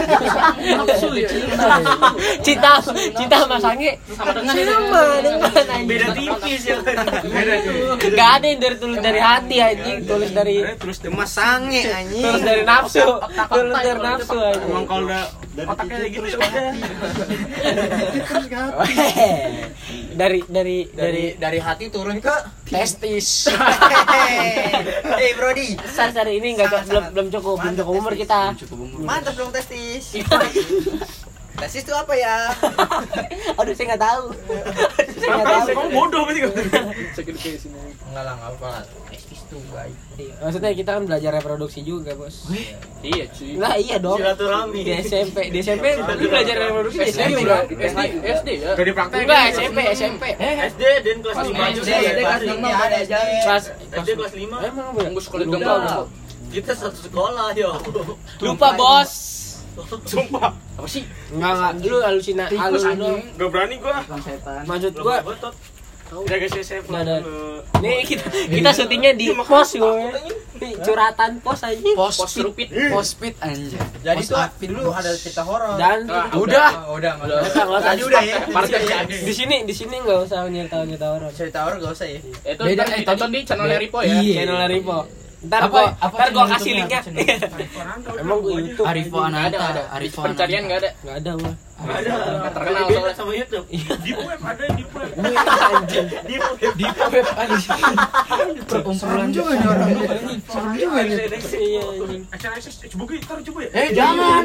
Speaker 1: Cinta, cinta sama sange.
Speaker 3: Sama dengan
Speaker 1: Sama dengan anjing.
Speaker 6: Beda tipis ya.
Speaker 5: Beda cuy.
Speaker 1: Enggak ada yang dari tulis dari hati anjing, tulis dari
Speaker 5: Terus
Speaker 2: Mas sange anjing.
Speaker 1: tulis dari nafsu. Tulis dari nafsu anjing.
Speaker 5: emang kalau udah
Speaker 4: Dari
Speaker 5: otaknya
Speaker 4: titik
Speaker 5: gitu
Speaker 4: terus
Speaker 5: ya
Speaker 4: ke
Speaker 5: udah.
Speaker 4: hati. Terus ke hati.
Speaker 1: Dari dari dari
Speaker 2: Dari dari hati turun ke
Speaker 3: testis.
Speaker 2: Eh Brody,
Speaker 1: besar hari ini enggak
Speaker 2: Sangat,
Speaker 1: belum
Speaker 2: sangat.
Speaker 1: belum cukup, belum
Speaker 2: Mantap,
Speaker 1: cukup umur
Speaker 2: testis.
Speaker 1: kita.
Speaker 2: mantap dong testis. Testis itu apa ya?
Speaker 1: Aduh saya enggak tahu. Aduh, saya enggak tahu.
Speaker 5: Kamu bodoh berarti kamu.
Speaker 2: Enggak lah, enggak apa-apa. Testis tuh baik.
Speaker 1: Iya, maksudnya kita kan belajar reproduksi juga, Bos.
Speaker 3: Iya, cuy.
Speaker 1: Lah iya dong.
Speaker 6: Silaturahmi.
Speaker 1: Di S M P, di S M P lu belajar reproduksi di S M P
Speaker 3: juga.
Speaker 1: kan?
Speaker 3: S D, S D ya.
Speaker 5: Gak dipraktekin.
Speaker 1: Enggak, S M P, S M P.
Speaker 6: S D dan kelas lima
Speaker 2: S D,
Speaker 6: juga.
Speaker 2: kelas lima ada aja.
Speaker 1: Kelas
Speaker 6: S D kelas lima.
Speaker 1: emang apa ya?
Speaker 3: Tunggu sekolah
Speaker 1: Lupa,
Speaker 3: dong.
Speaker 1: lupa.
Speaker 6: Kita satu sekolah yo.
Speaker 1: Lupa, Bos.
Speaker 5: Sumpah.
Speaker 3: Apa sih?
Speaker 1: Enggak enggak, lu halusina, halus dong.
Speaker 5: Gak berani gua.
Speaker 1: Maksud
Speaker 6: Gua
Speaker 1: gua
Speaker 5: Udah guys, saya
Speaker 1: Nggak ada.
Speaker 5: dulu.
Speaker 1: nih kita kita syutingnya di pos gue. Nih, curhatan pos aja.
Speaker 3: Pos rupit, pos pit anjir.
Speaker 2: Jadi tuh dulu ada cerita horor.
Speaker 1: Dan
Speaker 3: Ah,
Speaker 2: udah, udah, enggak
Speaker 1: Nggak usah, nggak usah.
Speaker 2: Tadi udah ya.
Speaker 3: Partai
Speaker 2: Tadi ya.
Speaker 3: jadi.
Speaker 1: di sini di sini nggak usah nyerita nyerita orang.
Speaker 2: Cerita horor enggak usah ya.
Speaker 3: Itu beda eh tonton di channel Ripo ya.
Speaker 1: Channel Ripo. Ntar
Speaker 3: Apa-
Speaker 1: gua
Speaker 3: apa
Speaker 1: ntar gua
Speaker 3: channel
Speaker 1: kasih
Speaker 3: YouTube-nya?
Speaker 1: linknya. Emang gua YouTube.
Speaker 3: Arifo Ananta, ada. Arifo Pencarian enggak ada.
Speaker 1: Nggak ada gua.
Speaker 6: Ada.
Speaker 3: Terkenal
Speaker 6: Beda
Speaker 3: soalnya.
Speaker 6: sama YouTube.
Speaker 5: Di web ada di web.
Speaker 1: Anjing.
Speaker 6: Di web.
Speaker 3: Di web anjing. Perkumpulan
Speaker 4: juga nih orang. Serem juga nih.
Speaker 1: Iya anjing.
Speaker 5: Acara S S coba gue taruh coba ya.
Speaker 3: Eh jangan.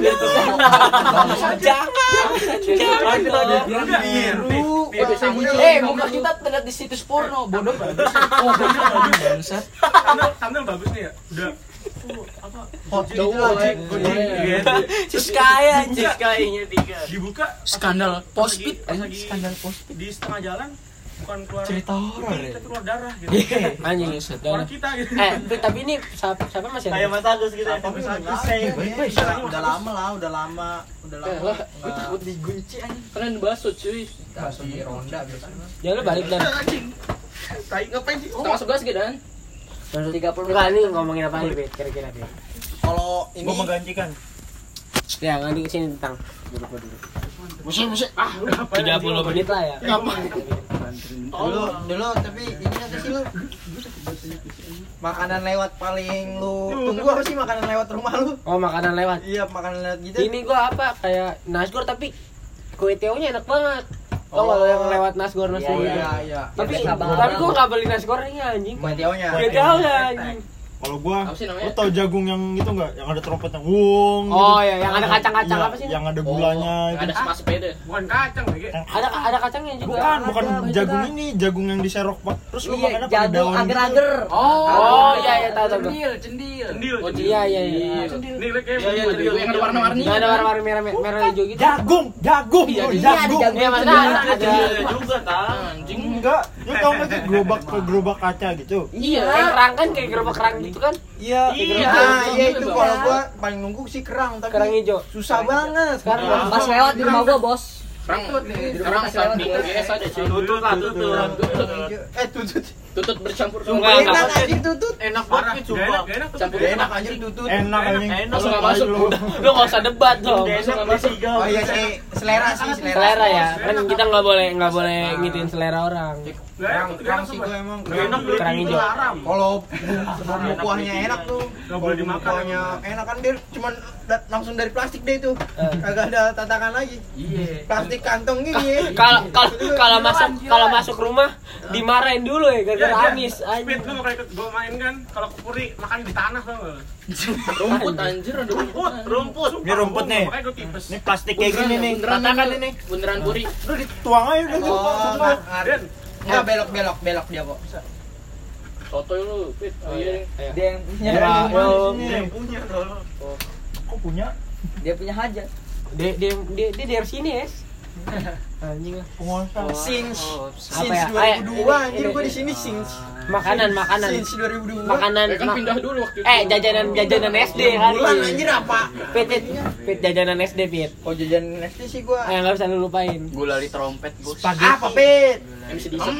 Speaker 1: Jangan. Jangan dong.
Speaker 5: Biru.
Speaker 3: Eh, eh, muka kita terlihat di situs porno, bodoh banget. Oh, bangsat.
Speaker 5: Thumbnail thumbnail bagus nih ya. Udah. Apa?
Speaker 2: Hot
Speaker 3: Jauh
Speaker 2: gitu lah.
Speaker 3: banget.
Speaker 1: Siskaya anjing.
Speaker 6: Siskainya tiga.
Speaker 5: Dibuka
Speaker 3: Skandal pospit
Speaker 5: pas
Speaker 3: anjing,
Speaker 5: lagi
Speaker 3: skandal pospit.
Speaker 5: di setengah jalan bukan keluar
Speaker 3: Cerita horor
Speaker 5: putih,
Speaker 3: ya?
Speaker 5: tapi keluar darah gitu.
Speaker 1: Anjing.
Speaker 5: Orang kita gitu.
Speaker 1: Eh, tapi ini siapa siapa masih
Speaker 6: Kayak
Speaker 1: ada?
Speaker 6: Mas Agus gitu.
Speaker 2: Apa bisa Udah udah lama lah, udah lama, udah lama.
Speaker 3: Gue takut digunci anjing. Kalian bakso cuy.
Speaker 2: Langsung di ronda gitu.
Speaker 1: Ya lu balik dan.
Speaker 5: Tai ngapain sih?
Speaker 3: Kita masuk gas gitu kan?
Speaker 1: tiga puluh enggak nih ngomongin apa nih, Bet? Kira-kira, Bet?
Speaker 2: Kalau ini
Speaker 6: Gua menggantikan.
Speaker 1: Ya, nggak di sini tentang duduk gua dulu.
Speaker 3: Musik musik. Ah,
Speaker 1: tiga puluh menit lah ya.
Speaker 2: dulu dulu tapi ini apa sih lu? Makanan lewat paling lu tunggu apa sih makanan lewat rumah lu?
Speaker 1: Oh, makanan lewat.
Speaker 2: Iya, makanan lewat gitu.
Speaker 1: Ini gua apa kayak nasgor tapi kue teonya enak banget. Tau nggak lo yang lewat nasgor nasgor
Speaker 2: Iya,
Speaker 1: gitu?
Speaker 2: iya, iya.
Speaker 1: Tapi
Speaker 2: Iya,
Speaker 1: tapi gua nggak beli nasgornya anjing.
Speaker 2: Kue teonya.
Speaker 1: Kue teonya anjing.
Speaker 4: Kalau gua,
Speaker 3: Apa sih namanya?
Speaker 4: lu tau jagung yang itu enggak? Yang ada trompet yang wung.
Speaker 1: Oh
Speaker 4: gitu.
Speaker 1: ya, yang ada kacang-kacang
Speaker 4: Iya,
Speaker 1: apa sih?
Speaker 4: Yang ada gulanya
Speaker 3: Oh,
Speaker 4: itu.
Speaker 3: ada sepas sepeda.
Speaker 5: Bukan kacang lagi.
Speaker 1: Ada ada kacangnya juga.
Speaker 4: Bukan, bukan
Speaker 1: Ada,
Speaker 4: jagung
Speaker 1: ada.
Speaker 4: ini, jagung yang diserok Pak. Terus lu
Speaker 2: Iya,
Speaker 4: makannya pakai
Speaker 2: jagung
Speaker 4: daun.
Speaker 2: agar-agar.
Speaker 3: Oh,
Speaker 1: Oh, iya iya tahu tahu.
Speaker 3: Cendil, cendil.
Speaker 5: Cendil.
Speaker 3: Oh,
Speaker 1: Iya iya iya.
Speaker 5: Nih lihat kayak
Speaker 6: Iya, iya,
Speaker 5: bunga
Speaker 6: iya,
Speaker 5: deh.
Speaker 3: Yang ada warna-warni.
Speaker 1: Nggak ada warna-warni merah merah hijau gitu.
Speaker 4: Jagung, jagung,
Speaker 3: Iya,
Speaker 4: bro,
Speaker 3: iya,
Speaker 4: jagung.
Speaker 1: Iya, maksudnya ada ada.
Speaker 6: Iya juga tahu.
Speaker 3: Anjing.
Speaker 4: Enggak, lu tau nggak sih gerobak gerobak kaca gitu?
Speaker 1: Iya, kayak kerang kan kayak gerobak kerang gitu kan.
Speaker 4: Iya.
Speaker 5: Iya.
Speaker 2: Nah, iya itu kalau gua paling nunggu sih kerang tapi
Speaker 1: Kerang hijau.
Speaker 2: susah banget.
Speaker 1: Sekarang
Speaker 2: pas lewat di rumah gua, Bos.
Speaker 3: Perang perang di G S ada cuy.
Speaker 6: Tutut lah tutut.
Speaker 2: Eh, tutut.
Speaker 3: Tutut bercampur
Speaker 1: Enggak,
Speaker 2: Enak
Speaker 1: enggak.
Speaker 2: anjir tutut.
Speaker 6: Enak
Speaker 5: Parah,
Speaker 6: banget
Speaker 5: gak
Speaker 6: sumpah.
Speaker 5: enak, gak enak.
Speaker 3: Campur
Speaker 2: Enak
Speaker 3: enak.
Speaker 2: anjir tutut.
Speaker 4: Enak anjing.
Speaker 6: enak.
Speaker 4: Langsung
Speaker 3: Nggak masuk.
Speaker 4: lu.
Speaker 1: Lu nggak usah debat dong.
Speaker 6: Udah enak masih tiga.
Speaker 2: Oh iya sih, selera sih, selera.
Speaker 1: Selera ya, kan kita nggak boleh nggak boleh ngituin selera orang.
Speaker 5: Gak enak, gak
Speaker 2: Kerang
Speaker 5: enak
Speaker 2: sih
Speaker 5: sumpah.
Speaker 2: gua emang.
Speaker 5: Gak enak beli
Speaker 1: Kerang hijau.
Speaker 5: haram.
Speaker 2: Kalau bumbu kuahnya enak tuh.
Speaker 5: Nggak boleh
Speaker 2: Bumbu
Speaker 5: dimakan.
Speaker 2: Kuahnya enak kan dia cuman da- langsung dari plastik deh itu.
Speaker 1: Eh.
Speaker 2: Kagak ada tatakan lagi.
Speaker 3: Iya.
Speaker 2: Plastik kantong gini.
Speaker 1: Kalau kalau kalau masuk kalau masuk rumah dimarahin dulu ya gara-gara amis.
Speaker 5: Speed
Speaker 1: Anjing.
Speaker 5: lu makanya ikut gua main kan. Kalau kepuri makan di tanah tau gak?
Speaker 3: Rumput anjir ada rumput.
Speaker 6: Rumput.
Speaker 4: Ini rumput nih.
Speaker 5: Makanya gua tipes.
Speaker 4: Ini plastik kayak gini nih.
Speaker 3: Beneran
Speaker 4: Tatakan
Speaker 3: lu-
Speaker 4: ini.
Speaker 3: Beneran puri.
Speaker 4: Lu dituang aja udah gitu.
Speaker 2: Oh, enggak.
Speaker 5: Dan
Speaker 2: Enggak belok-belok, belok dia kok.
Speaker 3: Sotoy lu, Fit. Oh iya.
Speaker 2: Dia yang punya.
Speaker 1: Ya, yo.
Speaker 6: Dia yang punya dulu.
Speaker 4: Kok punya?
Speaker 2: Dia punya hajat.
Speaker 1: Dia dia dia dia dari sini, Es. Anjing lah.
Speaker 4: Penguasa.
Speaker 2: Since
Speaker 1: Apa
Speaker 2: since
Speaker 1: ya?
Speaker 2: dua ribu dua
Speaker 1: Ayo,
Speaker 2: anjir
Speaker 1: ini,
Speaker 2: gua di
Speaker 1: ini.
Speaker 2: sini since
Speaker 1: Makanan makanan.
Speaker 2: since dua ribu dua.
Speaker 1: Makanan.
Speaker 3: Ya kan
Speaker 1: ma-
Speaker 3: pindah dulu waktu itu.
Speaker 1: Eh, jajanan jajanan S D kali.
Speaker 2: Bulan anjir apa?
Speaker 1: Pit, pit, pit jajanan S D, Pit.
Speaker 2: Oh jajan S D sih gua.
Speaker 1: Eh, nggak bisa lu lupain.
Speaker 3: Gulali trompet, Bos.
Speaker 2: Apa, Pit?
Speaker 3: M C D.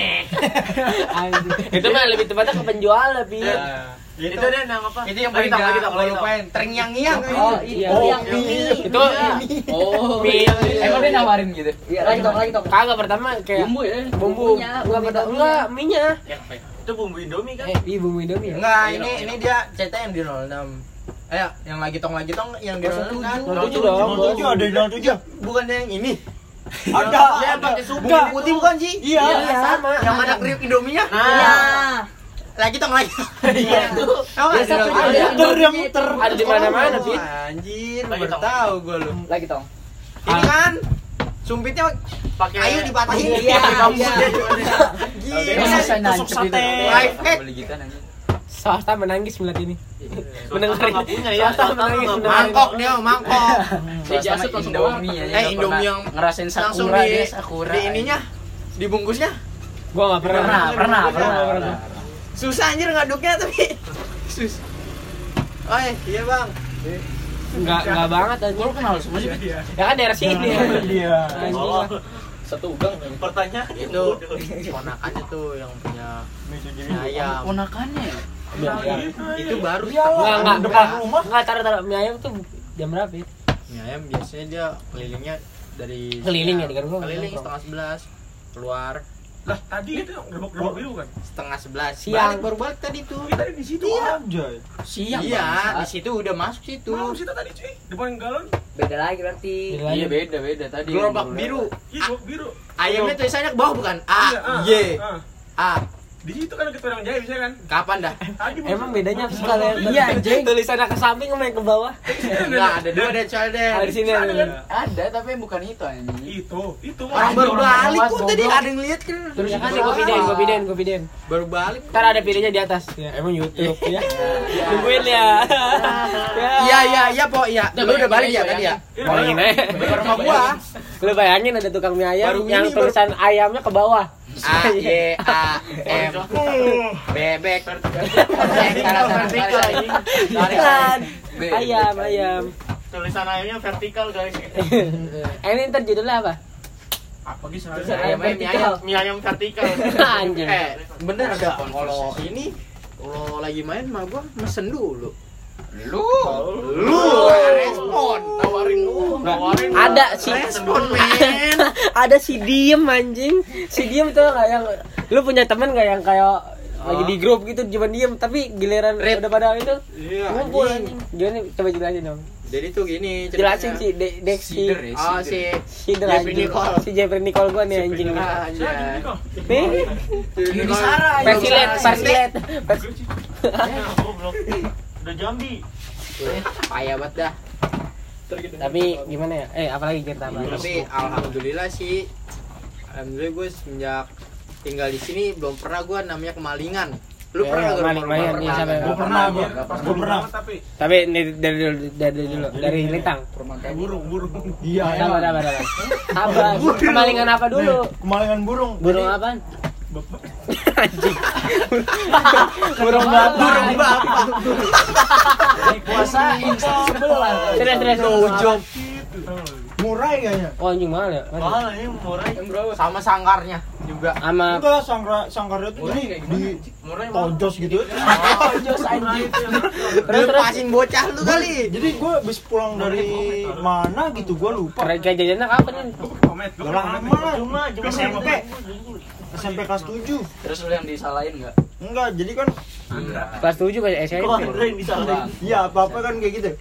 Speaker 1: Anjing. Itu mah lebih tepatnya ke penjual lebih.
Speaker 6: Itu deh nama apa?
Speaker 2: Itu yang paling gak lo lupain. Terngiang-ngiang.
Speaker 3: Oh iya.
Speaker 1: Oh,
Speaker 3: yang
Speaker 1: mie. Itu
Speaker 3: Oh,
Speaker 1: mie.
Speaker 3: emang dia nawarin gitu. Iya, lagi dong, lagi dong.
Speaker 1: Kagak pertama kayak
Speaker 3: Bumbu ya.
Speaker 1: bumbu.
Speaker 3: Bumbunya,
Speaker 1: Enggak
Speaker 3: bumbu
Speaker 1: pertama
Speaker 3: Indomie.
Speaker 1: enggak mie-nya.
Speaker 6: Itu bumbu Indomie kan?
Speaker 1: Eh, iya bumbu Indomie ya.
Speaker 2: Enggak, ini ini dia C T M di nol enam. Ayo, yang lagi tong lagi tong yang di nol enam kan.
Speaker 1: nol tujuh dong.
Speaker 4: nol tujuh ada di nol tujuh.
Speaker 2: Bukan yang ini.
Speaker 4: Ada,
Speaker 2: Yang
Speaker 4: ada.
Speaker 2: pakai sup putih bukan sih?
Speaker 4: Iya,
Speaker 1: Iya, sama.
Speaker 2: Yang ada kriuk Indominya.
Speaker 3: Iya.
Speaker 2: Lagi tong lagi.
Speaker 6: Iya itu.
Speaker 2: Tahu enggak?
Speaker 3: Biasa tuh
Speaker 1: ada.
Speaker 3: ada
Speaker 4: Ter yang ter.
Speaker 1: Ada di mana-mana, Fit.
Speaker 2: Anjir,
Speaker 6: Lagi
Speaker 2: baru
Speaker 6: tong.
Speaker 2: tahu gua lu.
Speaker 3: Lagi tong.
Speaker 2: Ini kan sumpitnya
Speaker 6: Pakai
Speaker 2: ayo dipatahin.
Speaker 3: Iya, iya.
Speaker 2: Gila.
Speaker 3: Masa
Speaker 4: tusuk
Speaker 3: nancep
Speaker 4: sate.
Speaker 3: gitu.
Speaker 2: Life hack.
Speaker 1: Swasta menangis melihat ini. Mendengarin.
Speaker 6: nggak punya ya.
Speaker 1: Swasta menangis mendengarin.
Speaker 2: Mangkok dia, mangkok.
Speaker 3: Dia jasut langsung
Speaker 2: Indomie
Speaker 3: keluar.
Speaker 2: ya. Eh, Indomie yang
Speaker 3: ngerasain
Speaker 2: langsung
Speaker 3: sakura
Speaker 2: di
Speaker 3: dia sakura.
Speaker 2: di ininya dibungkusnya.
Speaker 1: Gua enggak pernah.
Speaker 3: Pernah, pernah, pernah. pernah.
Speaker 2: Susah anjir ngaduknya tapi sus. Oh iya bang.
Speaker 1: Enggak enggak banget anjing.
Speaker 3: Lu kenal semua sih?
Speaker 1: Ya kan daerah sini.
Speaker 4: Dia.
Speaker 1: Anjing
Speaker 6: Oh,
Speaker 1: lah.
Speaker 3: Satu gang.
Speaker 6: pertanyaan
Speaker 2: Itu ponakannya tuh yang punya mie ayam.
Speaker 3: Ponakannya.
Speaker 2: Itu baru
Speaker 1: Enggak enggak
Speaker 4: Depan
Speaker 1: enggak.
Speaker 4: rumah.
Speaker 1: Enggak taruh-taruh mie ayam tuh jam berapa ya?
Speaker 2: mie ayam biasanya dia kelilingnya dari
Speaker 1: Keliling ya, di kan gua.
Speaker 2: keliling setengah sebelas keluar
Speaker 5: Lah tadi itu gerbok-gerbok biru kan?
Speaker 2: setengah sebelas
Speaker 1: Siang.
Speaker 2: balik baru balik tadi tuh
Speaker 5: Kita di situ.
Speaker 4: Aja.
Speaker 3: Siang.
Speaker 2: iya
Speaker 3: bangsa.
Speaker 2: di situ udah masuk situ
Speaker 5: Mau situ tadi cuy, depan galon.
Speaker 3: Beda lagi berarti.
Speaker 1: Beda lagi.
Speaker 3: Iya beda beda tadi.
Speaker 2: gerobak biru
Speaker 5: Iya, gerbok biru.
Speaker 2: ayamnya tulisannya ke bawah bukan A
Speaker 5: Iya, ah,
Speaker 2: Y
Speaker 5: ah.
Speaker 2: A
Speaker 5: Di situ kan kita orang jaya bisa kan?
Speaker 2: kapan dah
Speaker 5: Tadi
Speaker 1: Emang bedanya apa sih kalian?
Speaker 3: Iya, anjing.
Speaker 1: Tulisannya ke samping sama yang ke bawah.
Speaker 2: enggak ada dua deh soalnya
Speaker 1: Ah, di sini ada.
Speaker 3: Ada tapi bukan itu anjing.
Speaker 5: Itu, itu
Speaker 2: orang baru
Speaker 3: Orang
Speaker 2: balik
Speaker 3: lewat,
Speaker 2: kok tadi
Speaker 3: goblok.
Speaker 2: ada yang lihat kan
Speaker 1: Terus ya kan gua videoin, gua videoin, gua videoin.
Speaker 2: baru balik
Speaker 1: Ntar ada videonya di atas. Ya, emang YouTube ya. Tungguin ya.
Speaker 2: iya iya iya po iya lu udah balik ya tadi ya
Speaker 1: Bayangin aja.
Speaker 2: baru sama gua
Speaker 1: Lu bayangin ada tukang mie ayam
Speaker 2: Baru
Speaker 1: yang
Speaker 2: ini, baru-
Speaker 1: tulisan ayamnya ke bawah.
Speaker 2: A Y A M bebek
Speaker 1: Kan. Ayam, ayam.
Speaker 6: tulisan ayamnya vertikal guys.
Speaker 1: Eh, ini ntar judulnya apa?
Speaker 5: apa gitu
Speaker 2: ayam ayam mie ayam
Speaker 6: Mie ayam vertikal.
Speaker 1: Anjing.
Speaker 2: eh bener ada kalau ini kalau lagi main mah gua mesen dulu lu lu respon tawarin lu tawarin
Speaker 1: Ada si
Speaker 2: respon men
Speaker 1: ada si diem anjing. Si diem tuh kayak yang lu punya temen gak yang kayak lagi di grup gitu cuma diem tapi giliran
Speaker 2: Red.
Speaker 1: udah pada itu
Speaker 2: iya
Speaker 1: ngumpul
Speaker 2: anjing.
Speaker 1: anjing. Gimana coba jelasin dong.
Speaker 2: Jadi tuh gini
Speaker 1: Jelasin si De Dexi.
Speaker 3: Cider ya.
Speaker 2: oh si
Speaker 1: Si
Speaker 2: Jeffrey
Speaker 1: anjing.
Speaker 2: Nicole.
Speaker 1: Si Jeffrey Nicole gua nih anjing.
Speaker 2: aja
Speaker 1: Nih,
Speaker 2: Yuni
Speaker 3: Sarah,
Speaker 1: versi
Speaker 3: Yuni
Speaker 1: let,
Speaker 3: Sarah.
Speaker 1: versi let.
Speaker 6: Goblok. Udah Jambi.
Speaker 2: payah banget dah
Speaker 1: Tapi gimana ya? Eh, apalagi kita apa?
Speaker 2: tapi alhamdulillah sih alhamdulillah gue semenjak tinggal di sini belum pernah gue namanya kemalingan lu
Speaker 1: Ya,
Speaker 2: pernah
Speaker 1: ya,
Speaker 2: nggak
Speaker 1: maling-
Speaker 2: rumah-
Speaker 1: maling,
Speaker 2: rumah-
Speaker 1: iya, sampai-
Speaker 4: Gua pernah, gua.
Speaker 5: Pas
Speaker 4: Gua pernah.
Speaker 5: tapi
Speaker 1: Tapi dari dari dulu dari dulu dari Lintang.
Speaker 5: burung, burung.
Speaker 4: Iya,
Speaker 1: Sabar,
Speaker 4: emang.
Speaker 1: sabar, sabar. Sabar. Kemalingan apa dulu?
Speaker 4: Kemalingan burung.
Speaker 1: Burung
Speaker 4: Jadi,
Speaker 1: apaan? Anjing. Burung bapak.
Speaker 2: burung bapak
Speaker 3: Dikuasain sebelah.
Speaker 1: Serius, serius.
Speaker 2: job
Speaker 4: murai kayaknya.
Speaker 1: Oh, anjing mahal ya?
Speaker 6: Mahal ini murah.
Speaker 2: sama sangkarnya juga
Speaker 1: Sama
Speaker 4: Enggak, sangkar sangkarnya tuh jadi di
Speaker 6: Murah emang.
Speaker 4: tojos gitu.
Speaker 3: Jos anjing.
Speaker 1: terus terus
Speaker 2: lepasin bocah lu kali
Speaker 4: Jadi gue habis pulang dari mana gitu gue lupa.
Speaker 1: kayak jajannya kapan ini?
Speaker 5: Komet,
Speaker 4: Udah lama lah.
Speaker 6: Cuma cuma
Speaker 4: S M P. S M P kelas tujuh.
Speaker 3: Terus lu yang disalahin enggak?
Speaker 4: Enggak, jadi kan
Speaker 1: Kelas tujuh kayak S M P.
Speaker 6: Kok Andre yang disalahin?
Speaker 4: iya apa-apa kan kayak gitu.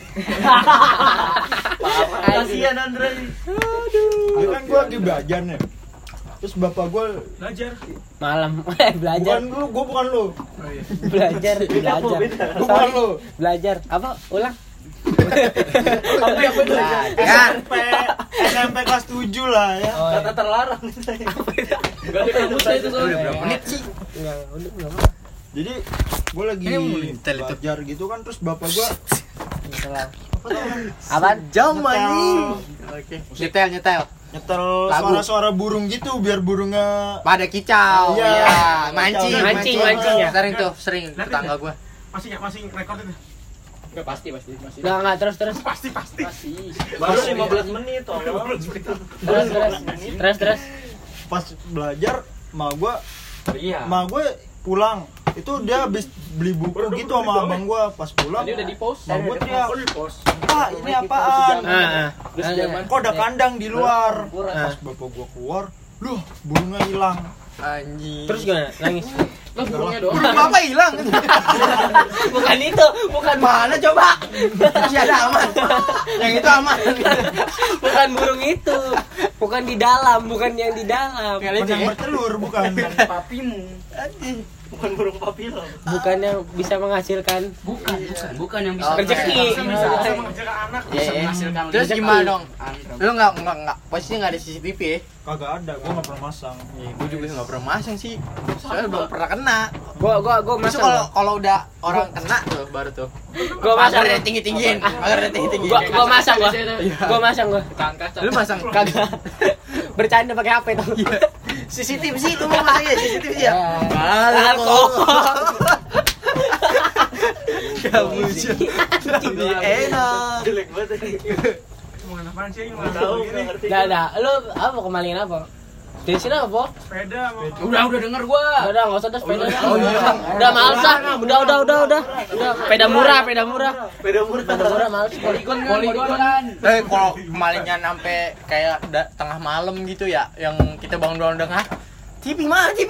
Speaker 6: Kasihan Andre.
Speaker 4: Ya kan gue lagi belajar nih. Terus bapak gue
Speaker 5: Belajar.
Speaker 1: Malam eh belajar,
Speaker 4: bukan lu, gue bukan lu.
Speaker 1: belajar, belajar.
Speaker 4: Bukan
Speaker 1: Sorry,
Speaker 4: lu.
Speaker 1: belajar. Apa? Ulang.
Speaker 2: ya
Speaker 4: S M P S M P kelas tujuh lah ya.
Speaker 1: Oh,
Speaker 6: Kata terlarang.
Speaker 3: Enggak ada kamusnya itu soalnya.
Speaker 2: berapa menit sih
Speaker 1: Enggak, udah enggak apa.
Speaker 4: Jadi gue lagi
Speaker 2: Ini mau intel itu.
Speaker 4: belajar gitu kan terus bapak gue
Speaker 1: Apaan?
Speaker 2: jam
Speaker 4: nyetel,
Speaker 2: oke nyetel nyetel
Speaker 4: nyetel
Speaker 2: Lagu.
Speaker 4: suara-suara burung gitu biar burungnya
Speaker 2: pada kicau
Speaker 4: Iya.
Speaker 2: ya mancing
Speaker 1: Mancing, mancing ya?
Speaker 2: sering tuh sering tetangga gua
Speaker 5: Masih masih rekor itu.
Speaker 3: Enggak pasti pasti masih.
Speaker 1: Enggak, enggak, terus terus.
Speaker 5: Pasti pasti.
Speaker 3: Pasti.
Speaker 6: Baru lima belas menit tolong.
Speaker 1: Terus terus. Terus terus.
Speaker 4: pas belajar ma gue
Speaker 3: Iya.
Speaker 4: ma gue pulang itu dia habis beli buku gitu sama abang gue pas pulang
Speaker 3: Tadi udah di post.
Speaker 4: ma gue teriak
Speaker 5: Oh, di pos.
Speaker 4: pak ini apaan
Speaker 1: Ah,
Speaker 3: Terus zaman
Speaker 4: kok ada kandang di luar
Speaker 1: Ah.
Speaker 4: pas bapak gue keluar loh burungnya hilang
Speaker 2: Anjing.
Speaker 1: terus gimana? Nangis.
Speaker 3: lah burungnya doang.
Speaker 2: burung apa hilang?
Speaker 1: Bukan itu, bukan
Speaker 2: Mana coba? Masih ada aman. Yang itu aman.
Speaker 1: bukan burung itu. Bukan di dalam, bukan yang di dalam.
Speaker 2: Kali
Speaker 4: bukan yang bertelur bukan
Speaker 3: Papimu.
Speaker 2: Anjing.
Speaker 6: Bukan burung papilo.
Speaker 1: Bukan yang bisa menghasilkan
Speaker 3: Bukan, bukan, bukan yang bisa
Speaker 2: Oke.
Speaker 1: rezeki.
Speaker 5: Bisa bisa bisa menghasilkan anak.
Speaker 2: Iya,
Speaker 3: bisa
Speaker 2: iya.
Speaker 3: menghasilkan
Speaker 2: Terus
Speaker 1: rezeki.
Speaker 2: gimana dong?
Speaker 3: Antara.
Speaker 2: Lu enggak enggak enggak posisinya enggak ada C C T V ya?
Speaker 4: kagak ada gue nggak pernah masang
Speaker 2: Iya, gue juga nggak pernah masang sih. Soalnya belum pernah kena.
Speaker 1: Gua gua gua
Speaker 2: Terus
Speaker 1: masang.
Speaker 2: kalau kalau udah orang kena tuh baru tuh.
Speaker 1: Gua masang.
Speaker 2: Pagar tinggi tinggiin. Pagar tinggi tinggiin.
Speaker 1: Gua gua masang gua.
Speaker 2: Iya.
Speaker 1: Gua masang gua.
Speaker 3: Kaca.
Speaker 2: Lu masang
Speaker 1: Kagak. Bercanda pakai H P tuh.
Speaker 2: C C T V sih itu mau masangnya C C T V ya.
Speaker 1: Alkohol.
Speaker 2: Kamu sih. Enak.
Speaker 6: Jelek banget.
Speaker 5: Ngomongin apaan sih?
Speaker 6: Nggak tahu, nggak ngerti.
Speaker 1: Enggak ada. Lu apa mau kemalingin apa? Dari sini apa?
Speaker 5: Sepeda sama
Speaker 3: Udah, udah denger gua.
Speaker 1: Udah udah enggak usah dah sepeda.
Speaker 2: Oh, iya.
Speaker 1: Udah males ah. Udah udah udah udah. Udah sepeda murah, sepeda murah.
Speaker 6: Beda murah.
Speaker 1: Sepeda murah males.
Speaker 3: Poligon kan, poligon kan.
Speaker 2: Eh kalau kemalingan sampai kayak da- tengah malam gitu ya, yang kita bangun-bangun dengan T V mana T V?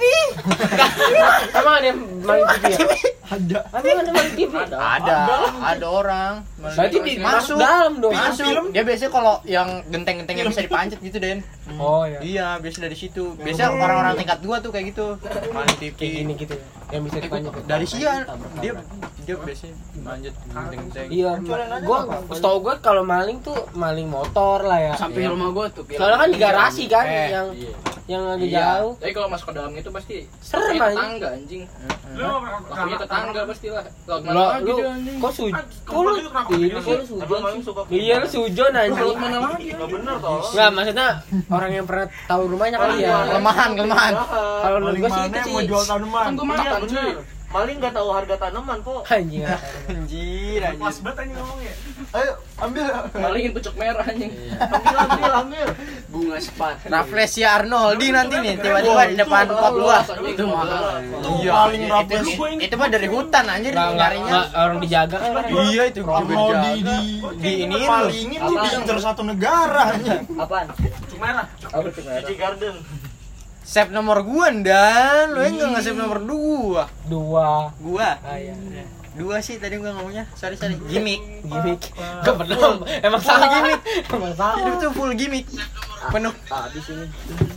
Speaker 1: Emang ada yang maling T V ya?
Speaker 4: ada
Speaker 1: Emang ada maling T V?
Speaker 2: Ada, ada orang.
Speaker 1: Berarti di
Speaker 2: masuk
Speaker 1: dalam dong.
Speaker 2: Masuk. Dia biasanya kalau yang genteng-genteng yang bisa dipancet gitu, Den.
Speaker 1: Oh iya.
Speaker 2: Iya, biasa dari situ. Biasa orang-orang tingkat dua tuh kayak gitu. Maling T V.
Speaker 1: Kayak gini gitu ya. Yang bisa dipanjat.
Speaker 2: Dari siang dia dia biasanya manjat genteng-genteng.
Speaker 1: Iya, gua setahu gua kalau maling tuh maling motor lah ya.
Speaker 3: Samping rumah gua tuh.
Speaker 1: Soalnya kan di garasi kan
Speaker 2: Eh,
Speaker 1: yang yang agak
Speaker 2: Iya.
Speaker 1: jauh.
Speaker 3: Tapi kalau masuk ke dalam itu pasti
Speaker 1: Serem,
Speaker 3: lakunya
Speaker 1: anjing.
Speaker 3: tetangga anjing.
Speaker 5: Lu mau berangkat ke
Speaker 3: Lakunya
Speaker 5: kamar?
Speaker 3: tetangga pasti lah. Laut
Speaker 1: Lo
Speaker 3: mana
Speaker 1: lu
Speaker 3: gitu anjing.
Speaker 1: kok su
Speaker 5: Kan,
Speaker 1: kok lu
Speaker 5: kamu kenapa
Speaker 1: ini
Speaker 5: gitu
Speaker 1: sih lu
Speaker 6: Emang
Speaker 1: sujon
Speaker 6: maling
Speaker 1: sih.
Speaker 6: suka
Speaker 1: Iya lu sujon anjing.
Speaker 3: Mana lagi?
Speaker 6: Nggak bener toh.
Speaker 1: Enggak, maksudnya orang yang pernah tahu rumahnya kali ya.
Speaker 2: Kelemahan, kelemahan.
Speaker 1: Kalau menurut
Speaker 4: maling
Speaker 1: gua sih
Speaker 4: mana
Speaker 1: itu
Speaker 4: yang mau
Speaker 1: sih.
Speaker 4: jual tanaman
Speaker 3: Kan gua
Speaker 6: Iya
Speaker 3: makan
Speaker 6: bener.
Speaker 3: cuy.
Speaker 6: Maling nggak tahu harga tanaman kok.
Speaker 1: Anjing.
Speaker 2: Anjir,
Speaker 5: Pas
Speaker 2: anjir.
Speaker 5: banget anjing ngomongnya.
Speaker 4: ayo ambil
Speaker 3: Malingin pucuk merah anjing.
Speaker 6: Ambil ambil ambil.
Speaker 3: Bunga sepatu.
Speaker 2: Rafflesia Arnoldi nanti nih tiba-tiba di depan kop gua.
Speaker 3: Itu mahal.
Speaker 2: Iya,
Speaker 4: paling
Speaker 2: itu,
Speaker 4: Raffles.
Speaker 2: itu, itu mah dari hutan anjir
Speaker 1: Enggak enggak
Speaker 2: nyarinya.
Speaker 1: orang dijaga kan orang.
Speaker 2: Iya itu juga
Speaker 4: mau di
Speaker 2: dijaga.
Speaker 4: di
Speaker 2: di ini
Speaker 4: palingin tuh diincer satu negara aja
Speaker 6: Apaan?
Speaker 5: Cuk merah.
Speaker 6: Gigi Garden.
Speaker 2: save nomor gua dan lu enggak nge-save nomor dua.
Speaker 1: Dua.
Speaker 2: Gua.
Speaker 1: Ah iya.
Speaker 2: Dua sih tadi gua ngomongnya. Sorry sorry. Gimmick.
Speaker 1: Gimik. Gak pernah. Emang salah gimik. Emang
Speaker 2: Hidup
Speaker 1: salah.
Speaker 2: tuh full gimmick. Penuh.
Speaker 1: Habis ini.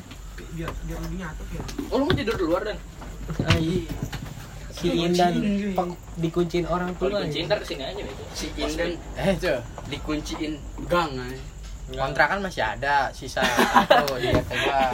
Speaker 5: Biar biar lebih nyatu ya.
Speaker 3: Oh lu mau tidur di luar dan?
Speaker 1: Ai. Si Indan peng- dikunciin orang tua.
Speaker 3: Kalau kunci ntar kesini aja itu. Si Indan
Speaker 2: Eh tuh.
Speaker 3: dikunciin gang aja.
Speaker 2: Kontrakan masih ada sisa satu di R T gua.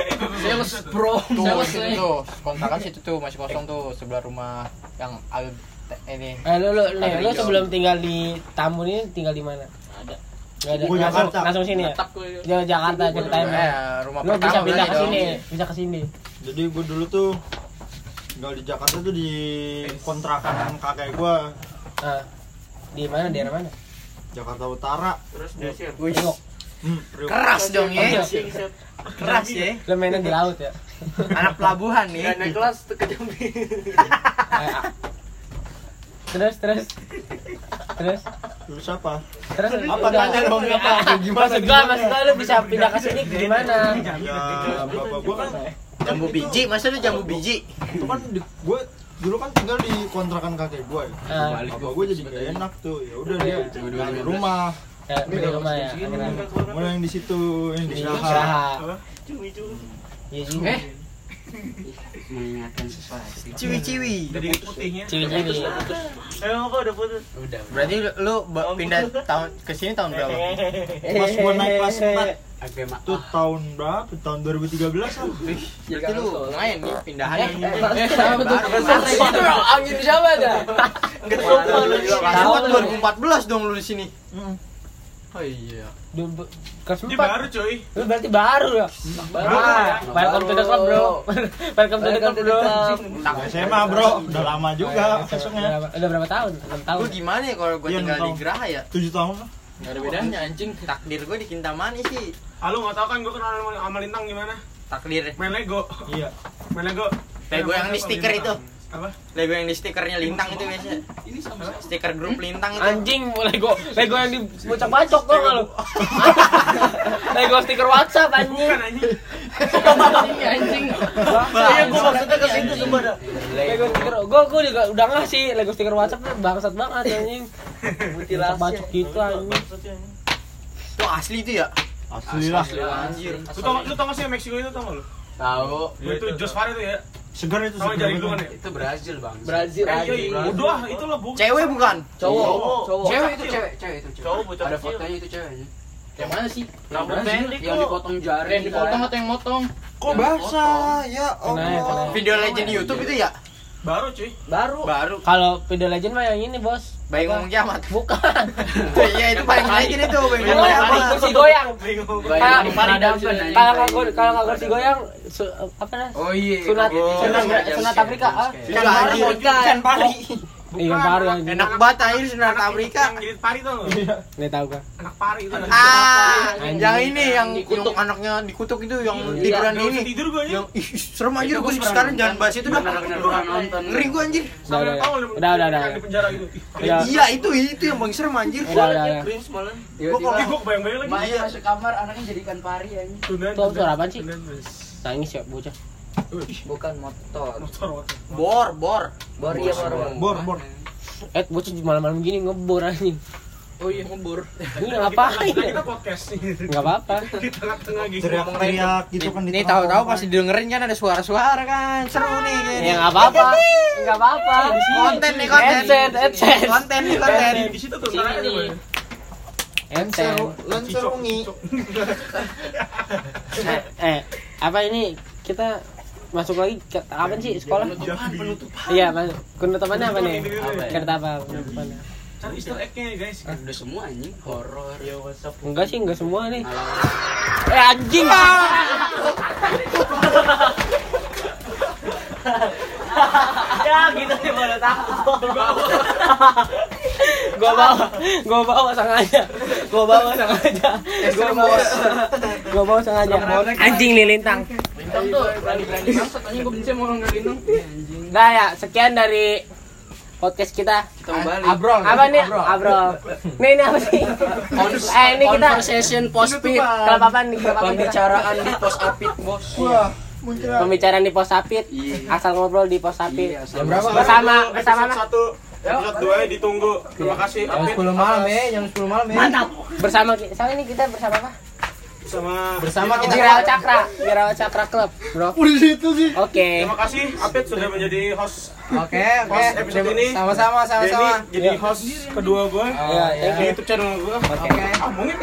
Speaker 3: Sales bro.
Speaker 2: Tuh,
Speaker 3: Sales
Speaker 2: situ
Speaker 3: nih.
Speaker 2: tuh. Kontrakan situ tuh masih kosong tuh sebelah rumah yang agak ini.
Speaker 1: Eh lu lu nih, lu
Speaker 2: Ada
Speaker 1: sebelum tinggal di Tambun ini tinggal di mana?
Speaker 3: Ada.
Speaker 1: Enggak ada.
Speaker 4: Gua
Speaker 1: Langsung,
Speaker 4: Jakarta.
Speaker 1: langsung sini ya.
Speaker 3: Tetap gue.
Speaker 1: Jauh Jakarta ceritain.
Speaker 2: Eh, rumah
Speaker 1: Lu bisa
Speaker 2: pertama
Speaker 1: pindah ke
Speaker 2: berarti
Speaker 1: sini,
Speaker 2: dong.
Speaker 1: bisa ke sini.
Speaker 4: jadi gue dulu tuh tinggal di Jakarta tuh di kontrakan kakek gue
Speaker 1: Nah, di mana daerah mana?
Speaker 4: Jakarta Utara
Speaker 6: Terus dia sih.
Speaker 2: Wih,
Speaker 1: Priok.
Speaker 4: hmm, Priok.
Speaker 2: keras dong ya.
Speaker 1: Oke.
Speaker 2: Keras ya.
Speaker 1: Lu mainnya di laut ya.
Speaker 2: Anak pelabuhan nih.
Speaker 6: Nggak naik kelas tuh ke Jambi.
Speaker 1: Eh, ah. Terus terus terus
Speaker 4: Lu siapa?
Speaker 1: terus
Speaker 4: Apa
Speaker 1: udah.
Speaker 4: tanya dong apa? Gimana?
Speaker 1: Maksud gua, maksud gua lu bisa pindah ke sini gimana?
Speaker 4: Ya bapak gue kan
Speaker 2: Jambu biji, masa lu jambu biji?
Speaker 4: itu kan di, gue dulu kan tinggal di kontrakan kakek gue ya.
Speaker 1: Ah,
Speaker 4: Bapak gue jadi gak enak tuh. Ya udah dia cari rumah.
Speaker 1: ya, beli rumah ya. akhirnya.
Speaker 4: Mulai yang di situ, yang di Saha.
Speaker 1: Istirahat.
Speaker 6: Cumi-cumi.
Speaker 1: Iya juga.
Speaker 3: Eh. Mengingatkan sesuatu.
Speaker 2: Ciwi-ciwi.
Speaker 5: Dari putihnya.
Speaker 1: Ciwi-ciwi.
Speaker 6: Emang apa udah putus?
Speaker 3: Udah.
Speaker 2: Berarti lu, lu ba- pindah tahun ke sini tahun berapa?
Speaker 4: Pas gue naik kelas empat
Speaker 3: Agak mak.
Speaker 4: itu tahun berapa? Tahun dua ribu tiga belas kan?
Speaker 2: Berarti lu lumayan nih pindahannya.
Speaker 3: Eh, sama betul. Itu angin siapa ada?
Speaker 6: Enggak sopan lu.
Speaker 2: Tahun dua ribu empat belas dong lu di sini. Oh iya.
Speaker 1: Du- bu- Kelas
Speaker 5: Ini
Speaker 1: empat.
Speaker 5: baru coy.
Speaker 1: Lu berarti baru ya?
Speaker 3: Baru.
Speaker 1: Ah, welcome to the club, bro. Welcome to the club, bro.
Speaker 4: S M A bro, udah lama juga masuknya.
Speaker 1: Udah, udah berapa tahun? enam tahun.
Speaker 2: Gue gimana ya kalau gue
Speaker 4: Iya,
Speaker 2: tinggal
Speaker 4: enam
Speaker 2: di
Speaker 4: tahun.
Speaker 2: Geraha ya?
Speaker 4: tujuh tahun lah.
Speaker 3: Enggak ada bedanya anjing.
Speaker 2: Takdir gue di Kintamani sih.
Speaker 5: Ah lu enggak tahu kan gua kenal sama, sama Lintang gimana?
Speaker 2: Takdir.
Speaker 5: Main Lego.
Speaker 4: Iya.
Speaker 5: Main Lego.
Speaker 2: Lego yang di stiker itu.
Speaker 5: Apa?
Speaker 2: Lego yang di stikernya lintang itu biasa. Stiker grup lintang itu.
Speaker 1: Anjing, Lego Lego yang dibocok-bacok tuh kalau. Lego stiker WhatsApp anjing.
Speaker 5: Bukan anjing.
Speaker 3: Anjing.
Speaker 6: Iya, gua maksudnya ke situ coba dah.
Speaker 1: Lego stiker, gua gua juga udah ngasih Lego stiker WhatsApp tuh bangsat banget anjing.
Speaker 6: Mutilasi.
Speaker 1: Bacok gitu anjing.
Speaker 2: Itu asli itu ya?
Speaker 4: Asli lah.
Speaker 2: Anjir.
Speaker 5: Lu tau lu tau nggak sih yang Meksiko itu tau nggak lu?
Speaker 3: Tahu.
Speaker 5: Ya, itu Jos Far itu ya.
Speaker 4: Segar itu
Speaker 5: Sama
Speaker 4: segar
Speaker 5: jari
Speaker 4: itu.
Speaker 5: duluan ya.
Speaker 3: Itu Brazil, Bang.
Speaker 1: Brazil
Speaker 5: Eh, iya,
Speaker 1: anjing.
Speaker 5: iya. Udah, itu lah bukan.
Speaker 2: Cewek bukan?
Speaker 3: Cowok.
Speaker 6: Cowok.
Speaker 3: Cewek itu cewek, cewek itu cewek.
Speaker 6: Cowok bocah
Speaker 3: Ada
Speaker 6: kecil.
Speaker 3: fotonya itu ceweknya. Yang mana sih?
Speaker 6: Rambut
Speaker 3: Brazil,
Speaker 6: pendek
Speaker 3: yang
Speaker 6: kok.
Speaker 3: dipotong jari.
Speaker 2: Yang dipotong atau yang motong?
Speaker 4: Kok basah? Ya
Speaker 1: Kena ya, kena.
Speaker 4: Allah.
Speaker 2: Video legend di YouTube itu ya?
Speaker 5: Baru cuy.
Speaker 1: Baru.
Speaker 2: Baru.
Speaker 1: Kalau video legend mah yang ini, Bos.
Speaker 2: Bayi ngomong kiamat.
Speaker 1: Bukan.
Speaker 2: Iya itu paling legend itu bayi
Speaker 1: Yang
Speaker 2: ngomong
Speaker 1: yang
Speaker 2: kiamat.
Speaker 1: kursi goyang. Kalau
Speaker 3: Di Paris Dumpling, anjing.
Speaker 1: kalau nggak kur- kalau nggak kursi goyang su- apa nah?
Speaker 3: Oh iya.
Speaker 1: Sunat
Speaker 2: Oh,
Speaker 1: sunat
Speaker 2: iya.
Speaker 1: sunat Afrika ah.
Speaker 2: Ikan pari, ikan pari.
Speaker 1: Iya baru anjing.
Speaker 2: Enak banget air sunat Afrika.
Speaker 5: Yang jilid pari tuh.
Speaker 1: Nggak tahu kan.
Speaker 5: Anak pari itu.
Speaker 2: Ah,
Speaker 1: Anjing.
Speaker 2: yang ini yang
Speaker 3: Dikutuk.
Speaker 2: yang anaknya dikutuk itu yang
Speaker 1: Iya.
Speaker 2: tiduran
Speaker 5: Nggak usah
Speaker 2: ini.
Speaker 5: tidur gua
Speaker 2: Yang
Speaker 5: anjing.
Speaker 2: ih, serem anjir
Speaker 3: Itu
Speaker 2: gua
Speaker 3: gua pernah
Speaker 2: sekarang
Speaker 3: nonton.
Speaker 2: jangan bahas itu dah.
Speaker 3: Bener-bener pernah nonton.
Speaker 2: Ngeri gua anjir.
Speaker 1: Udah
Speaker 5: Sama
Speaker 1: udah.
Speaker 5: tahu lu.
Speaker 1: Udah udah udah.
Speaker 5: Yang di penjara itu.
Speaker 1: Udah.
Speaker 2: Iya itu itu yang paling serem anjir.
Speaker 1: Udah udah. udah.
Speaker 6: Cringe malah.
Speaker 5: Gua kok gua bayang-bayang lagi.
Speaker 3: Maknya masuk kamar anaknya jadi ikan pari anjing.
Speaker 5: Tunan.
Speaker 1: Tuh, suara apaan sih? Nangis ya bocah.
Speaker 3: Bukan motor.
Speaker 5: Motor motor.
Speaker 2: Bor, bor.
Speaker 3: Bor iya bor.
Speaker 4: Bor, bor.
Speaker 1: Eh bocah malam-malam gini ngebor anjing.
Speaker 3: Oh iya ngebor.
Speaker 1: Ini ngapain?
Speaker 5: Kita, kita podcast nih.
Speaker 1: Enggak apa-apa.
Speaker 5: Di tengah-tengah gitu.
Speaker 4: Teriak-teriak gitu kan di
Speaker 2: Nih
Speaker 4: tengah
Speaker 2: tahu-tahu
Speaker 4: orang.
Speaker 2: pasti didengerin kan ada suara-suara kan. Seru nih kayaknya.
Speaker 1: Ya enggak apa-apa. Enggak apa-apa.
Speaker 2: Konten nih konten.
Speaker 1: Headset, headset.
Speaker 2: Konten nih konten.
Speaker 5: Di situ tuh suaranya tuh. Bang.
Speaker 1: Headset.
Speaker 4: Lancerungi.
Speaker 1: Eh, eh, apa ini kita masuk lagi ke kapan sih sekolah? Iya, masuk. Penutupannya apa nih?
Speaker 5: Apa ya?
Speaker 1: Cerita apa penutupannya?
Speaker 5: Cari Easter egg-nya guys.
Speaker 3: Kan udah semua anjing horor.
Speaker 6: Ya WhatsApp.
Speaker 1: Enggak sih, enggak semua nih.
Speaker 3: Alam.
Speaker 1: Eh anjing.
Speaker 6: Ya gitu sih pada takut.
Speaker 1: Gua bawa, gua bawa sengaja. Gua bawa sengaja. Gua bawa. Gua bawa sengaja. Anjing lilintang.
Speaker 3: Lintang tuh berani-berani bangsat anjing gua benci sama orang nggak lintang. Anjing.
Speaker 1: Nah ya, sekian dari podcast kita.
Speaker 3: Kita kembali.
Speaker 2: Abrol.
Speaker 1: Apa nih? Abrol. Nih ini apa sih? Eh ini kita
Speaker 3: Conversation post pit.
Speaker 1: kelap apa nih? Kelap apa?
Speaker 3: Pembicaraan di pos apit, Bos.
Speaker 4: Wah, muncrat.
Speaker 1: Pembicaraan di pos apit.
Speaker 3: Iya.
Speaker 1: Asal ngobrol di pos apit.
Speaker 3: Iya,
Speaker 2: Jam berapa?
Speaker 1: Bersama bersama
Speaker 5: Episode satu, episode dua ditunggu. Terima kasih
Speaker 2: Jam
Speaker 5: Apit.
Speaker 2: sepuluh malam ya, jam sepuluh malam ya.
Speaker 1: Mantap. Bersama sama ini kita bersama apa?
Speaker 5: Sama
Speaker 2: Bersama kita.
Speaker 1: Wirawa Cakra, Wirawa Cakra Club, Bro.
Speaker 4: Udah situ sih.
Speaker 1: Oke.
Speaker 5: Terima kasih Apit sudah menjadi host
Speaker 2: Oke, oke.
Speaker 5: host episode ini.
Speaker 2: Sama-sama, sama-sama.
Speaker 5: Denny jadi host kedua gua
Speaker 1: Iya,
Speaker 5: di YouTube channel gua.
Speaker 2: Oke.
Speaker 5: Ah, mungkin